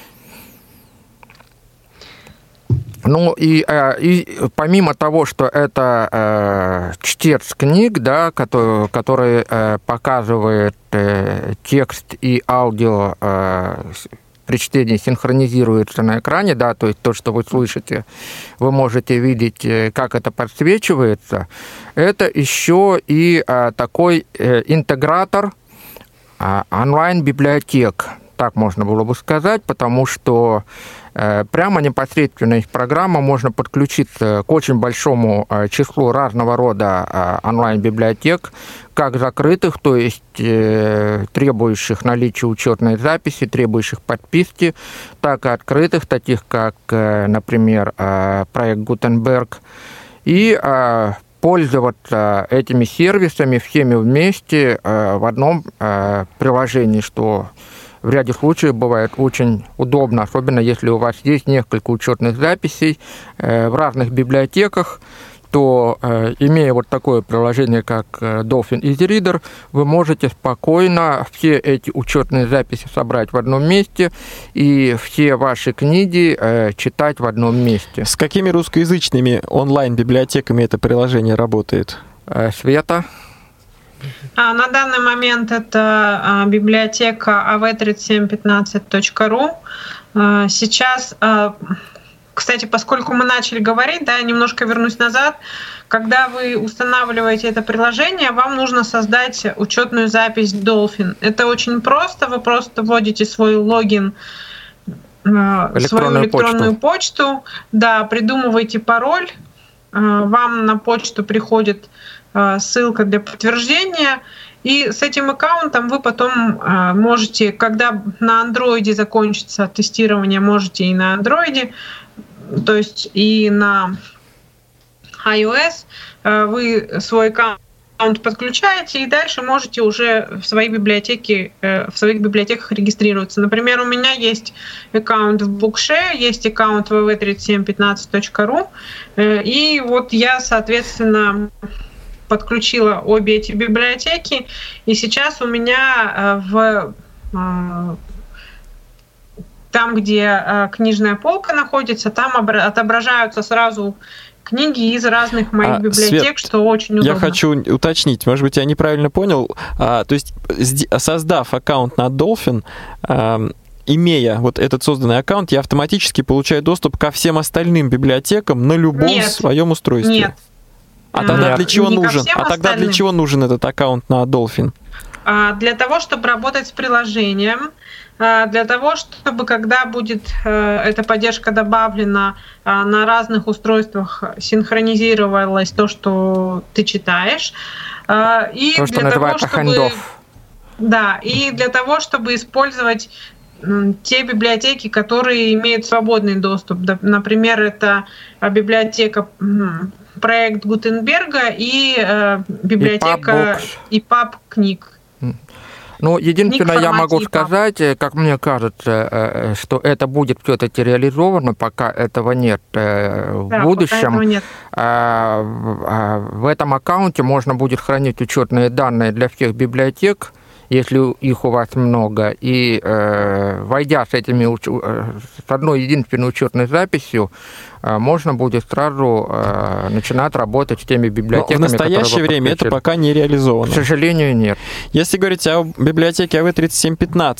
Ну и, и помимо того, что это э, чтец книг, да, который, который э, показывает э, текст и аудио э, при чтении синхронизируется на экране, да, то есть то, что вы слышите, вы можете видеть, как это подсвечивается, это еще и э, такой э, интегратор э, онлайн-библиотек, так можно было бы сказать, потому что прямо непосредственно из программы можно подключиться к очень большому числу разного рода онлайн-библиотек, как закрытых, то есть требующих наличия учетной записи, требующих подписки, так и открытых, таких как, например, проект Гутенберг, и пользоваться этими сервисами всеми вместе в одном приложении, что в ряде случаев бывает очень удобно, особенно если у вас есть несколько учетных записей в разных библиотеках, то, имея вот такое приложение, как Dolphin EasyReader, вы можете спокойно все эти учетные записи собрать в одном месте и все ваши книги читать в одном месте. С какими русскоязычными онлайн-библиотеками это приложение работает? Света? А, на данный момент это а, библиотека эй ви тридцать семь пятнадцать точка ру. А, сейчас, а, кстати, поскольку мы начали говорить, да, я немножко вернусь назад. Когда вы устанавливаете это приложение, вам нужно создать учетную запись Dolphin. Это очень просто. Вы просто вводите свой логин, а, свою электронную почту. почту, да, придумываете пароль. А, вам на почту приходит ссылка для подтверждения, и с этим аккаунтом вы потом можете, когда на андроиде закончится тестирование, можете и на андроиде, то есть и на iOS, вы свой аккаунт подключаете, и дальше можете уже в своей библиотеке, в своих библиотеках регистрироваться. Например, у меня есть аккаунт в Bookshare, есть аккаунт в эй ви тридцать семь пятнадцать точка ру, и вот я, соответственно, подключила обе эти библиотеки, и сейчас у меня в там, где книжная полка находится, там отображаются сразу книги из разных моих а, библиотек, Свет, что очень удобно. Я хочу уточнить, может быть, я неправильно понял. А, то есть, создав аккаунт на Dolphin, а, имея вот этот созданный аккаунт, я автоматически получаю доступ ко всем остальным библиотекам на любом Нет. своем устройстве? Нет. А тогда, для чего нужен, а тогда для чего нужен этот аккаунт на Dolphin? Для того, чтобы работать с приложением, для того, чтобы, когда будет эта поддержка добавлена, на разных устройствах синхронизировалось то, что ты читаешь. И то, что называется handoff. Да, и для того, чтобы использовать те библиотеки, которые имеют свободный доступ. Например, это библиотека проект Гутенберга и э, библиотека и паб книг. Ну, единственное, я могу сказать, как мне кажется, что это будет все-таки реализовано, пока этого нет в да, будущем. Нет. В этом аккаунте можно будет хранить учетные данные для всех библиотек, если их у вас много, и э, войдя с этими с одной единственной учетной записью, э, можно будет сразу э, начинать работать с теми библиотеками. Но в настоящее время это пока не реализовано. К сожалению, нет. Если говорить о библиотеке эй ви тридцать семь пятнадцать,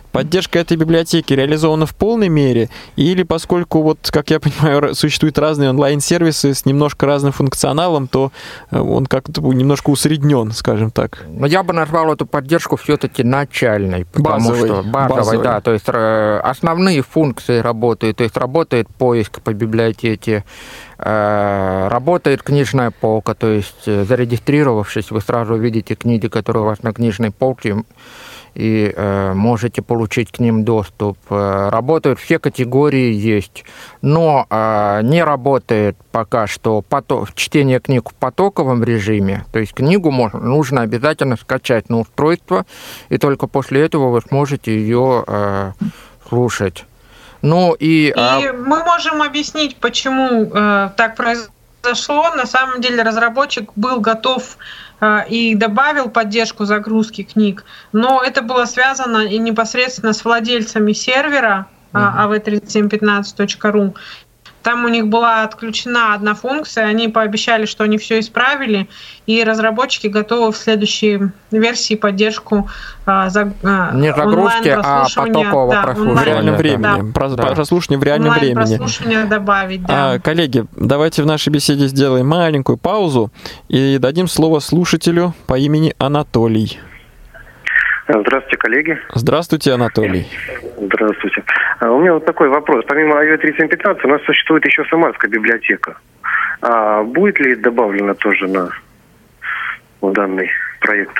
поддержка этой библиотеки реализована в полной мере? Или поскольку, вот, как я понимаю, существуют разные онлайн-сервисы с немножко разным функционалом, то он как-то немножко усреднен, скажем так? Но я бы назвал эту поддержку все-таки начальной. Потому базовой. Что базовой, базовой, да. То есть основные функции работают. То есть работает поиск по библиотеке, работает книжная полка, то есть зарегистрировавшись, вы сразу видите книги, которые у вас на книжной полке, и э, можете получить к ним доступ. Работают все категории есть, но э, не работает пока что поток, чтение книг в потоковом режиме, то есть книгу можно, нужно обязательно скачать на устройство, и только после этого вы сможете ее э, слушать. Ну и, и а... мы можем объяснить, почему э, так произошло. На самом деле разработчик был готов э, и добавил поддержку загрузки книг, но это было связано и непосредственно с владельцами сервера uh-huh. эй ви тридцать семь пятнадцать точка ру. Там у них была отключена одна функция, они пообещали, что они все исправили, и разработчики готовы в следующей версии поддержку а, за, а, не загрузки, а потокового да, прослушивания. В реальном времени. Да. Про, да. Прослушивание в реальном времени. Прослушивание добавить, да. А, коллеги, давайте в нашей беседе сделаем маленькую паузу и дадим слово слушателю по имени Анатолий. Здравствуйте, коллеги. Здравствуйте, Анатолий. Здравствуйте. У меня вот такой вопрос. Помимо эй ви тридцать семь пятнадцать у нас существует еще Самарская библиотека. А будет ли добавлено тоже на данный проект?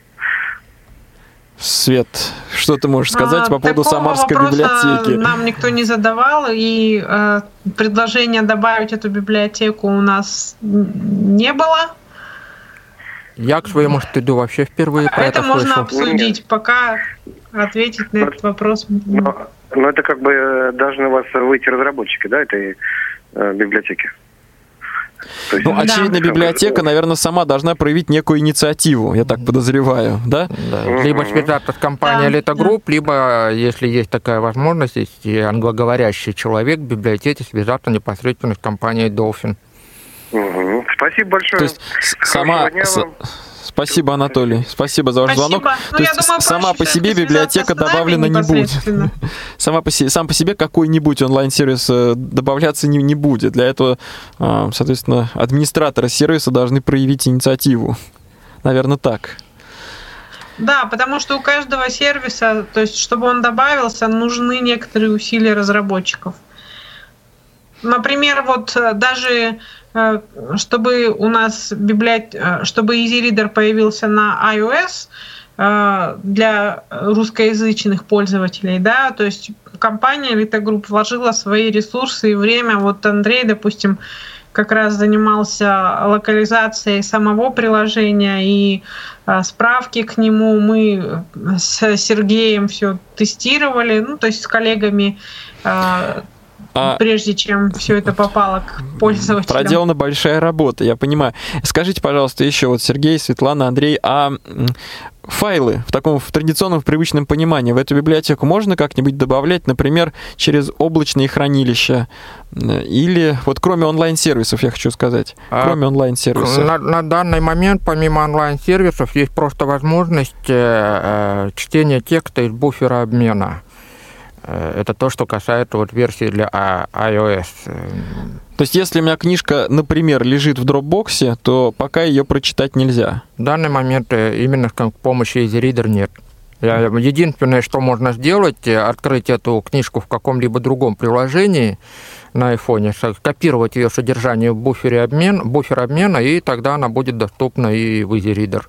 Свет, что ты можешь сказать а, по поводу Самарской библиотеки? Нам никто не задавал, и э, предложения добавить эту библиотеку у нас не было. Я, к своему стыду, вообще впервые про это, это можно слышу. обсудить, пока ответить на этот вопрос. Но, но это как бы должны у вас выйти разработчики, да, этой э, библиотеки? Есть, ну, очевидно, да. библиотека, наверное, сама должна проявить некую инициативу, я так подозреваю, да? да. Либо связаться с компанией да, Elite Group, да. либо, если есть такая возможность, если англоговорящий человек в библиотеке, связаться непосредственно с компанией Dolphin. Угу. Спасибо большое. То есть сама... Спасибо, Анатолий. Спасибо за ваш Спасибо. звонок. Ну, То есть думаю, сама по себе библиотека добавлена не будет. Сама по себе, сам по себе какой-нибудь онлайн-сервис добавляться не, не будет. Для этого, соответственно, администраторы сервиса должны проявить инициативу. Наверное, так. Да, потому что у каждого сервиса, то есть, чтобы он добавился, нужны некоторые усилия разработчиков. Например, вот даже чтобы у нас библиотека, чтобы EasyReader появился на iOS для русскоязычных пользователей, да, то есть компания Elite Group вложила свои ресурсы и время. Вот Андрей, допустим, как раз занимался локализацией самого приложения и справки к нему. Мы с Сергеем все тестировали, ну, то есть с коллегами. А прежде чем все это попало к пользователям. Проделана большая работа, я понимаю. Скажите, пожалуйста, еще вот Сергей, Светлана, Андрей, а файлы в таком в традиционном, в привычном понимании в эту библиотеку можно как-нибудь добавлять, например, через облачные хранилища? Или вот кроме онлайн-сервисов, я хочу сказать, а кроме онлайн-сервисов? На, на данный момент, помимо онлайн-сервисов, есть просто возможность э, чтения текста из буфера обмена. Это то, что касается вот версии для iOS. То есть, если у меня книжка, например, лежит в Dropbox, то пока ее прочитать нельзя? В данный момент именно с помощью EasyReader нет. Единственное, что можно сделать, открыть эту книжку в каком-либо другом приложении на айфоне, скопировать ее содержание в буфере обмен, буфер обмена, и тогда она будет доступна и в EasyReader.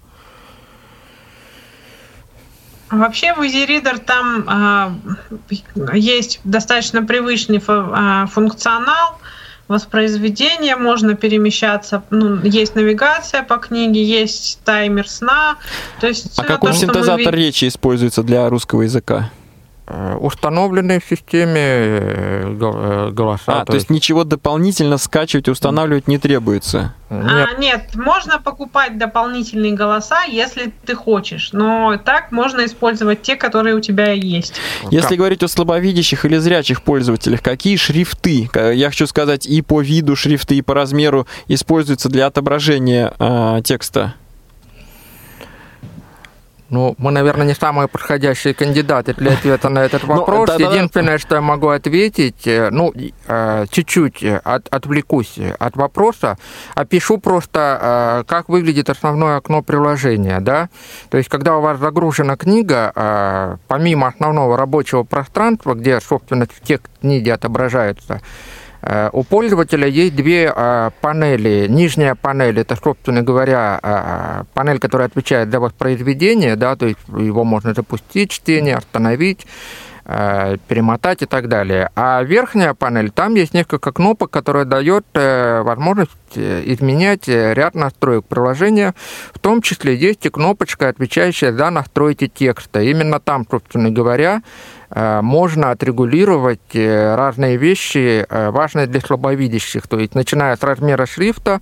Вообще в EasyReader там э, есть достаточно привычный фо- э, функционал воспроизведения, можно перемещаться, ну, есть навигация по книге, есть таймер сна. То есть, а какой то, синтезатор мы... речи используется для русского языка? Установленные в системе голоса. А, то, то есть, есть ничего дополнительно скачивать и устанавливать не требуется? Нет. А, нет, можно покупать дополнительные голоса, если ты хочешь, но так можно использовать те, которые у тебя есть. Если как? говорить о слабовидящих или зрячих пользователях, какие шрифты, я хочу сказать, и по виду шрифты, и по размеру используются для отображения э, текста? Ну, мы, наверное, не самые подходящие кандидаты для ответа на этот вопрос. Ну, да, единственное, да. что я могу ответить, ну, чуть-чуть от, отвлекусь от вопроса, опишу просто, как выглядит основное окно приложения, да. То есть, когда у вас загружена книга, помимо основного рабочего пространства, где, собственно, текст книги отображается, у пользователя есть две а, панели. Нижняя панель – это, собственно говоря, а, панель, которая отвечает за воспроизведение, да, то есть его можно запустить, чтение, остановить, а, перемотать и так далее. А верхняя панель, там есть несколько кнопок, которые дают а, возможность изменять ряд настроек приложения, в том числе есть и кнопочка, отвечающая за настройки текста. Именно там, собственно говоря, можно отрегулировать разные вещи, важные для слабовидящих, то есть начиная с размера шрифта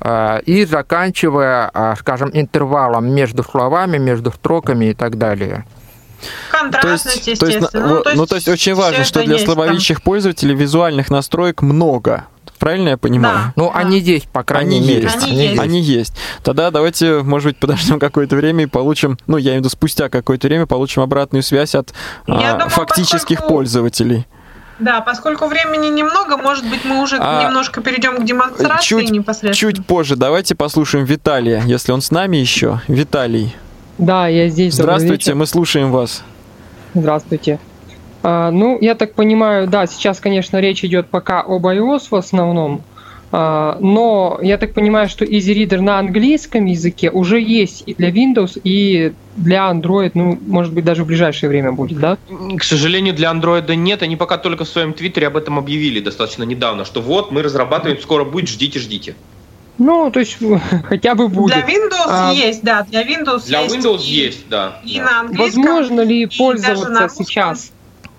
и заканчивая, скажем, интервалом между словами, между строками и так далее. Контрастность, то есть, естественно. То есть, ну, то есть, ну, то есть очень важно, что для слабовидящих там. Пользователей визуальных настроек много. Правильно я понимаю? Да, ну, да. Они есть, по крайней они мере. Есть. Они, они есть. Они есть. Тогда давайте, может быть, подождем какое-то время и получим, ну, я имею в виду, спустя какое-то время получим обратную связь от а, думаю, фактических поскольку... пользователей. Да, поскольку времени немного, может быть, мы уже а, немножко перейдем к демонстрации чуть, непосредственно. Чуть позже. Давайте послушаем Виталия, если он с нами еще. Виталий. Да, я здесь. Здравствуйте, мы слушаем вас. Здравствуйте. А, ну, я так понимаю, да, сейчас, конечно, речь идет пока об iOS в основном, а, но я так понимаю, что EasyReader на английском языке уже есть и для Windows, и для Android, ну, может быть, даже в ближайшее время будет, да? К сожалению, для Android нет, они пока только в своем твиттере об этом объявили достаточно недавно, что вот, мы разрабатываем, скоро будет, ждите, ждите. Ну, то есть, хотя бы будет. Для Windows а, есть, да, для Windows для есть. Для Windows и, есть, да. И да. на английском. Возможно ли пользоваться сейчас?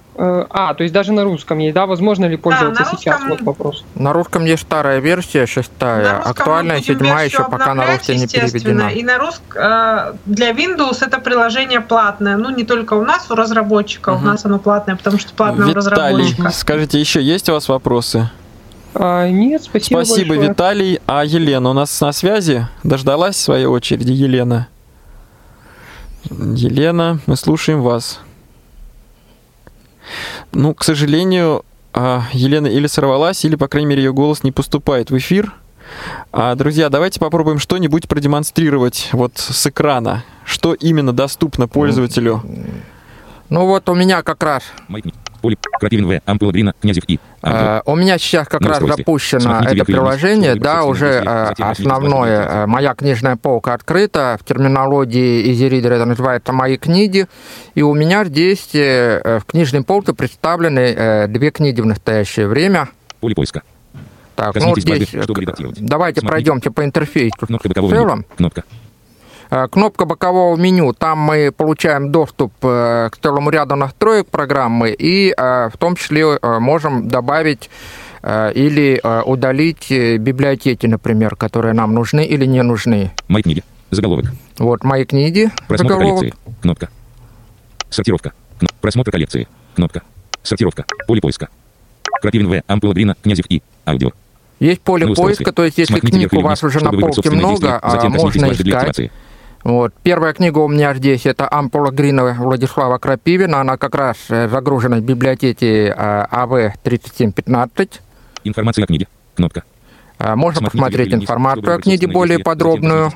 А, то есть даже на русском есть, да? Возможно ли пользоваться да, сейчас? Вот вопрос. На русском есть старая версия, шестая, актуальная, седьмая еще пока на русский не переведена. И на русском для Windows это приложение платное. Ну, не только у нас, у разработчика, угу. у нас оно платное, потому что платное Виталий, у разработчика. Скажите, еще есть у вас вопросы? А, нет, спасибо Спасибо, большое. Виталий. А Елена у нас на связи? Дождалась в своей очереди, Елена? Елена, мы слушаем вас. Ну, к сожалению, Елена или сорвалась, или, по крайней мере, ее голос не поступает в эфир. Друзья, давайте попробуем что-нибудь продемонстрировать вот с экрана. Что именно доступно пользователю? Ну вот у меня как раз... Поле, Крапивин В, Ампула Грина, Князев И. Uh, у меня сейчас как раз запущено Смотрите, это приложение, да, уже uh, основное, uh, моя книжная полка открыта, в терминологии EasyReader это называется «Мои книги», и у меня здесь uh, в книжной полке представлены uh, две книги в настоящее время. Поле поиска. Так, ну вот здесь, давайте Смотрите. пройдемте по интерфейсу Кнопка в целом. Кнопка. Кнопка бокового меню, там мы получаем доступ к целому ряду настроек программы и в том числе можем добавить или удалить библиотеки, например, которые нам нужны или не нужны. Мои книги. Заголовок. Вот, мои книги. Просмотр заголовок. коллекции. Кнопка. Сортировка. Кноп... Просмотр коллекции. Кнопка. Сортировка. Поле поиска. Крапивин В, Ампула Грина, Князев И. Аудио. Есть поле ну, поиска, то есть если Смотрите книг у вас уже на полке много, можно искать. Вот. Первая книга у меня здесь, это «Ампула Грина» Владислава Крапивина. Она как раз загружена в библиотеке эй ви тридцать семь пятнадцать. Информация о книге. Кнопка. Можно Смотрите посмотреть информацию о книге более подробную.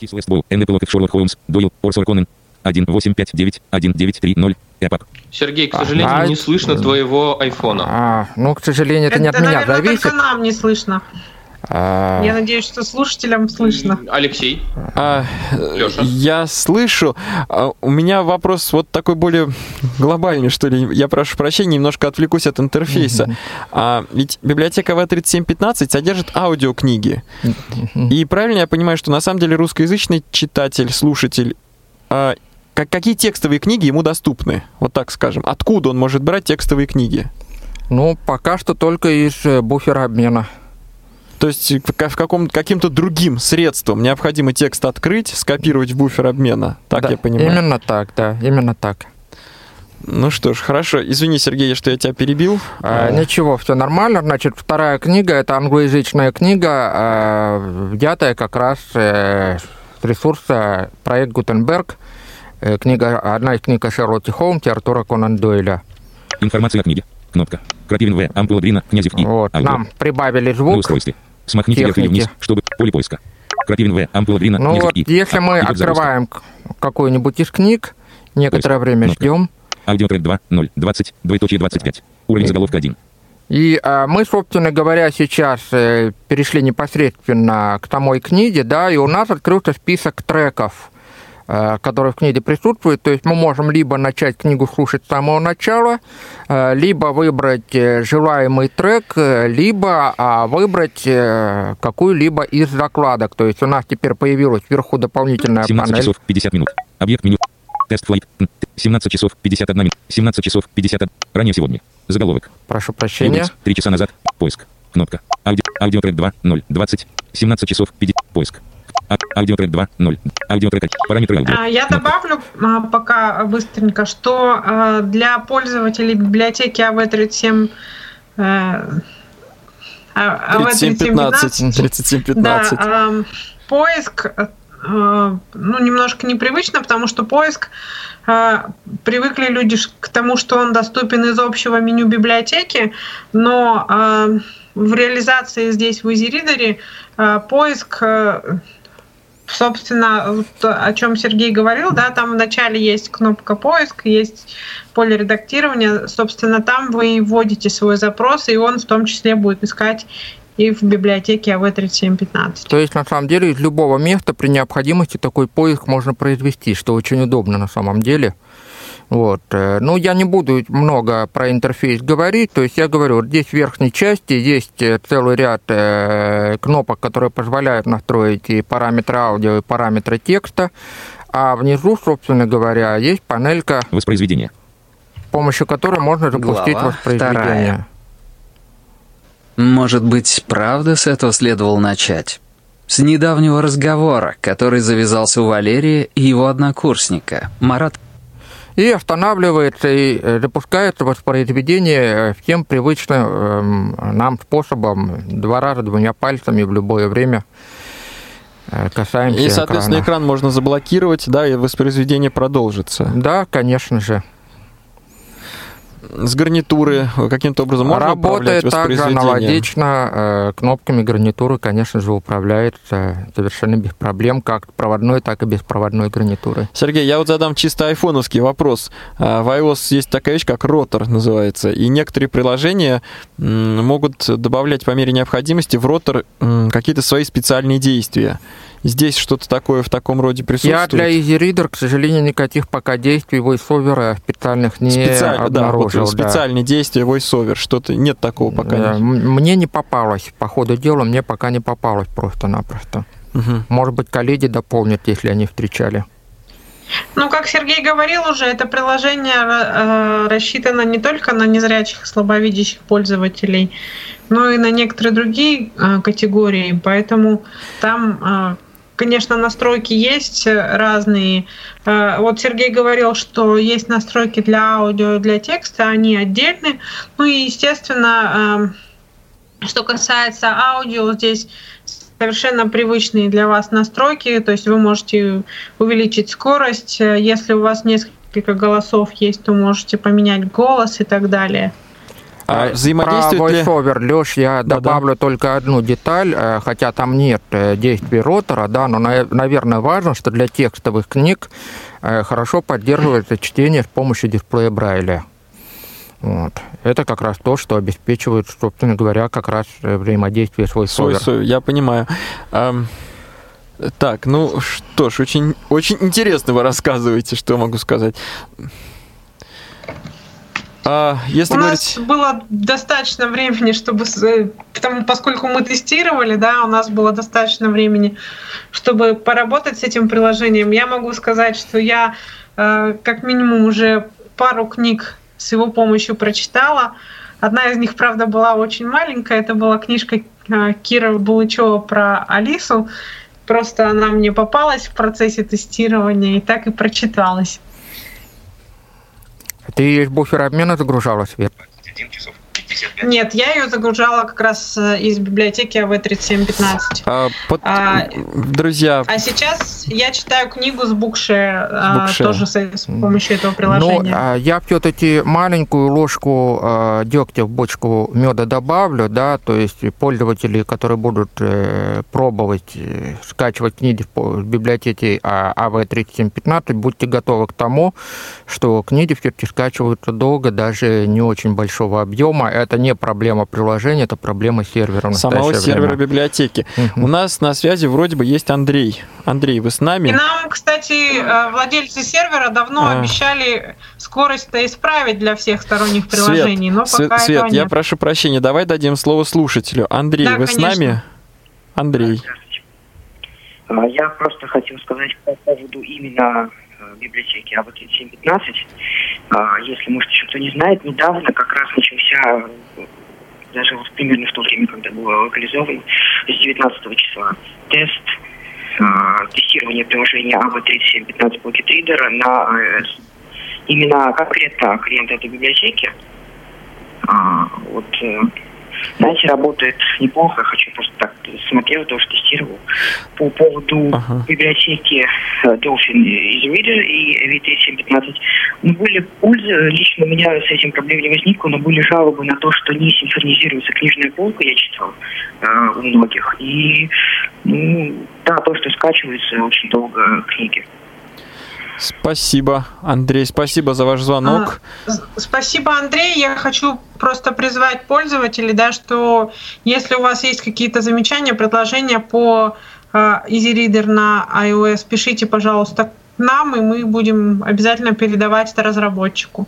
Сергей, к сожалению, а, не слышно твоего айфона. А, ну, к сожалению, это, это не от меня наверное, зависит. Только нам не слышно. А... Я надеюсь, что слушателям слышно. Алексей. А, я слышу. А, у меня вопрос вот такой более глобальный, что ли. Я прошу прощения, немножко отвлекусь от интерфейса. Mm-hmm. А, ведь библиотека эй ви тридцать семь пятнадцать содержит аудиокниги. Mm-hmm. И правильно я понимаю, что на самом деле русскоязычный читатель, слушатель, а, как, какие текстовые книги ему доступны? Вот так скажем. Откуда он может брать текстовые книги? Ну, пока что только из буфера обмена. То есть в каком, каким-то другим средством необходимо текст открыть, скопировать в буфер обмена. Так да, я понимаю. Именно так, да, именно так. Ну что ж, хорошо. Извини, Сергей, что я тебя перебил. А, ничего, все нормально. Значит, вторая книга, это англоязычная книга, взятая как раз с ресурса проект Гутенберг. книга, одна из книг о Шерлоке Холмсе Артура Конан Дойля. Информация о книге. Кнопка. Крапивин В. Ампула Дрина. Князев И. Вот, Аудио. нам прибавили звук. На устройстве. Смахните вверх или вниз, чтобы... Поле поиска. Крапивин В. Ампула Дрина. Ну Князев вот, И. если мы Идет открываем какую-нибудь из книг, некоторое Поиск. время Кнопка. ждем. Аудиотрек два, ноль, двадцать, двоеточие двадцать пять. Уровень заголовка один. И а, мы, собственно говоря, сейчас э, перешли непосредственно к самой книге, да, и у нас открылся список треков, э, которые в книге присутствуют. То есть мы можем либо начать книгу слушать с самого начала, э, либо выбрать э, желаемый трек, э, либо э, выбрать э, какую-либо из закладок. То есть у нас теперь появилась вверху дополнительная семнадцать панель. часов пятьдесят минут. Объект меню. Тест флайт. семнадцать часов пятьдесят одна минута. семнадцать часов пятьдесят один. Ранее сегодня. Заголовок. Прошу прощения. три часа назад. Поиск. Кнопка. Ауди... Аудиотрек два, ноль, двадцать. семнадцать часов пятьдесят. Поиск. А... Аудиотрек два, ноль. Аудиотрек. Параметры аудио. А, Я добавлю а, пока быстренько, что а, для пользователей библиотеки эй ви тридцать семь а, а, тридцать семь пятнадцать. тридцать семь пятнадцать. Да, а, поиск ну, немножко непривычно, потому что поиск э, привыкли люди к тому, что он доступен из общего меню библиотеки, но э, в реализации здесь в EasyReader э, поиск, э, собственно, вот, о чем Сергей говорил, да, там вначале есть кнопка поиск, есть поле редактирования, собственно, там вы вводите свой запрос, и он в том числе будет искать и в библиотеке эй ви тридцать семь пятнадцать. То есть, на самом деле, из любого места при необходимости такой поиск можно произвести, что очень удобно на самом деле. Вот. Ну, я не буду много про интерфейс говорить, то есть я говорю, вот здесь в верхней части есть целый ряд кнопок, которые позволяют настроить и параметры аудио, и параметры текста, а внизу, собственно говоря, есть панелька воспроизведения, с помощью которой можно запустить Глава воспроизведение. Вторая. Может быть, правда с этого следовало начать? С недавнего разговора, который завязался у Валерия и его однокурсника, Марат. И останавливается и запускается воспроизведение всем привычным нам способом, два раза двумя пальцами в любое время касаемся И, соответственно, экрана. экран можно заблокировать, да, и воспроизведение продолжится. Да, конечно же. С гарнитуры каким-то образом можно управлять Работает также воспроизведением? аналогично, э, кнопками гарнитуры, конечно же, управляется совершенно без проблем, как проводной, так и беспроводной гарнитуры. Сергей, я вот задам чисто айфоновский вопрос. В iOS есть такая вещь, как ротор называется, и некоторые приложения могут добавлять по мере необходимости в ротор какие-то свои специальные действия. Здесь что-то такое в таком роде присутствует? Я для EasyReader, к сожалению, никаких пока действий VoiceOver специальных не Специально, обнаружил. Да, вот да. специальные действия VoiceOver, что-то нет такого пока. Да, нет. Мне не попалось, по ходу дела мне пока не попалось просто-напросто. Угу. Может быть, коллеги дополнят, если они встречали. Ну, как Сергей говорил уже, это приложение э, рассчитано не только на незрячих и слабовидящих пользователей, но и на некоторые другие э, категории. Поэтому там, э, конечно, настройки есть разные. Э, вот Сергей говорил, что есть настройки для аудио и для текста, они отдельны. Ну и, естественно, э, что касается аудио, здесь совершенно привычные для вас настройки, то есть вы можете увеличить скорость, если у вас несколько голосов есть, то можете поменять голос и так далее. А взаимодействует Про VoiceOver, Лёш, я да, добавлю да. только одну деталь, хотя там нет действий ротора, да, но, наверное, важно, что для текстовых книг хорошо поддерживается чтение с помощью дисплея Брайля. Вот. Это как раз то, что обеспечивает, собственно говоря, как раз взаимодействие с VoiceOver. VoiceOver, я понимаю. А, так, ну что ж, очень, очень интересно вы рассказываете, что могу сказать. А, если У говорить... нас было достаточно времени, чтобы, потому, поскольку мы тестировали, да, у нас было достаточно времени, чтобы поработать с этим приложением. Я могу сказать, что я э, как минимум уже пару книг с его помощью прочитала. Одна из них, правда, была очень маленькая. Это была книжка Кира Булычева про Алису. Просто она мне попалась в процессе тестирования и так и прочиталась. Ты из буфера обмена загружала, Свет? Нет, я ее загружала как раз из библиотеки эй ви тридцать семь пятнадцать. А, под... а, Друзья... А сейчас я читаю книгу с Bookshare, а, тоже с, с помощью этого приложения. Ну, я все-таки маленькую ложку а, дегтя в бочку меда добавлю, да, то есть пользователи, которые будут э, пробовать э, скачивать книги в библиотеке эй ви тридцать семь пятнадцать, будьте готовы к тому, что книги все-таки скачиваются долго, даже не очень большого объема. Это не проблема приложения, это проблема сервера. Самого сервера время. библиотеки. Uh-huh. У нас на связи вроде бы есть Андрей. Андрей, вы с нами? И нам, кстати, владельцы сервера давно а. обещали скорость-то исправить для всех сторонних приложений, Свет, но пока Свет, этого нет. Я прошу прощения, давай дадим слово слушателю. Андрей, да, вы конечно. с нами? Андрей. Я просто хотел сказать по поводу именно библиотеки эй ви тридцать семь пятнадцать. Если, может, еще кто не знает, недавно как раз начался, даже вот примерно в то время, когда был локализован, с девятнадцатого числа, тест тестирования приложения эй ви тридцать семь пятнадцать Pocket Reader на iOS. Именно конкретно клиенты этой библиотеки. Вот, знаете, работает неплохо. Я хочу просто так смотрел, тоже тестировал. По поводу uh-huh. библиотеки Dolphin EasyReader и эй ви тридцать семь пятнадцать. Ну, были пользы. Лично у меня с этим проблем не возникло, но были жалобы на то, что не синхронизируется книжная полка, я читал э, у многих. И, ну, да, то, что скачивается очень долго книги. Спасибо, Андрей, спасибо за ваш звонок. А, спасибо, Андрей. Я хочу просто призвать пользователей, да, что если у вас есть какие-то замечания, предложения по uh, EasyReader на iOS, пишите, пожалуйста, к нам, и мы будем обязательно передавать это разработчику.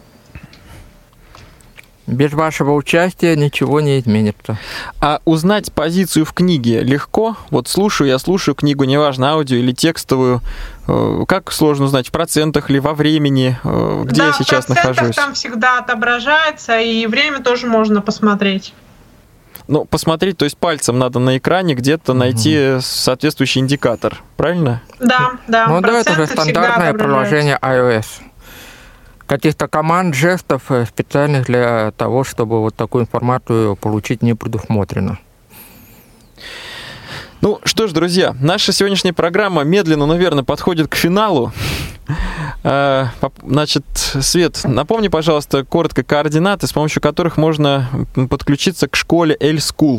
Без вашего участия ничего не изменится. А узнать позицию в книге легко? Вот слушаю, я слушаю книгу, неважно, аудио или текстовую. Как сложно узнать, в процентах ли, во времени, где да, я сейчас в процентах нахожусь? Там всегда отображается, и время тоже можно посмотреть. Ну, посмотреть, то есть пальцем надо на экране где-то угу. найти соответствующий индикатор, правильно? Да, да. Ну да, это же стандартное приложение iOS. Каких-то команд, жестов специальных для того, чтобы вот такую информацию получить, не предусмотрено. Ну что ж, друзья, наша сегодняшняя программа медленно, но верно подходит к финалу. Значит, Свет, напомни, пожалуйста, коротко координаты, с помощью которых можно подключиться к школе L-School.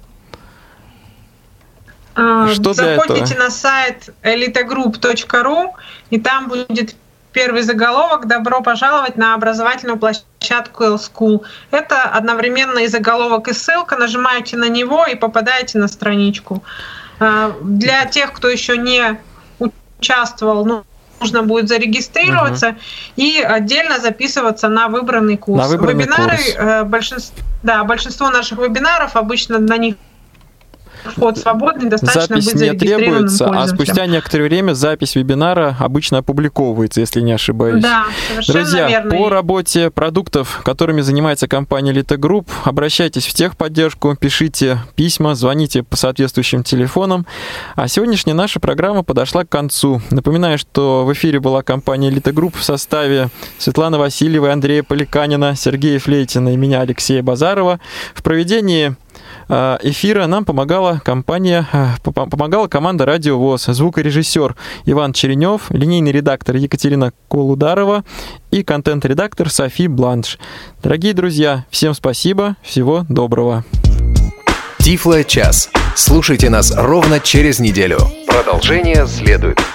Что Заходите на сайт элитагрупп точка ру, и там будет первый заголовок «Добро пожаловать на образовательную площадку L-School». Это одновременно и заголовок, и ссылка. Нажимаете на него и попадаете на страничку. Для тех, кто еще не участвовал, ну, нужно будет зарегистрироваться угу. и отдельно записываться на выбранный курс. На выбранный Вебинары, курс. Большинство, да, большинство наших вебинаров обычно на них вход свободный, достаточно запись быть зарегистрированным не требуется, а спустя пользователем. некоторое время запись вебинара обычно опубликовывается, если не ошибаюсь. Да, совершенно Друзья, верно. по работе продуктов, которыми занимается компания Elite Group, обращайтесь в техподдержку, пишите письма, звоните по соответствующим телефонам. А сегодняшняя наша программа подошла к концу. Напоминаю, что в эфире была компания Elite Group в составе Светланы Васильевой, Андрея Поликанина, Сергея Флейтина и меня, Алексея Базарова. В проведении эфира нам помогала компания, помогала команда Радио ВОС, звукорежиссер Иван Черенев, линейный редактор Екатерина Колударова и контент-редактор Софи Бланш. Дорогие друзья, всем спасибо, всего доброго. Тифло час. Слушайте нас ровно через неделю. Продолжение следует.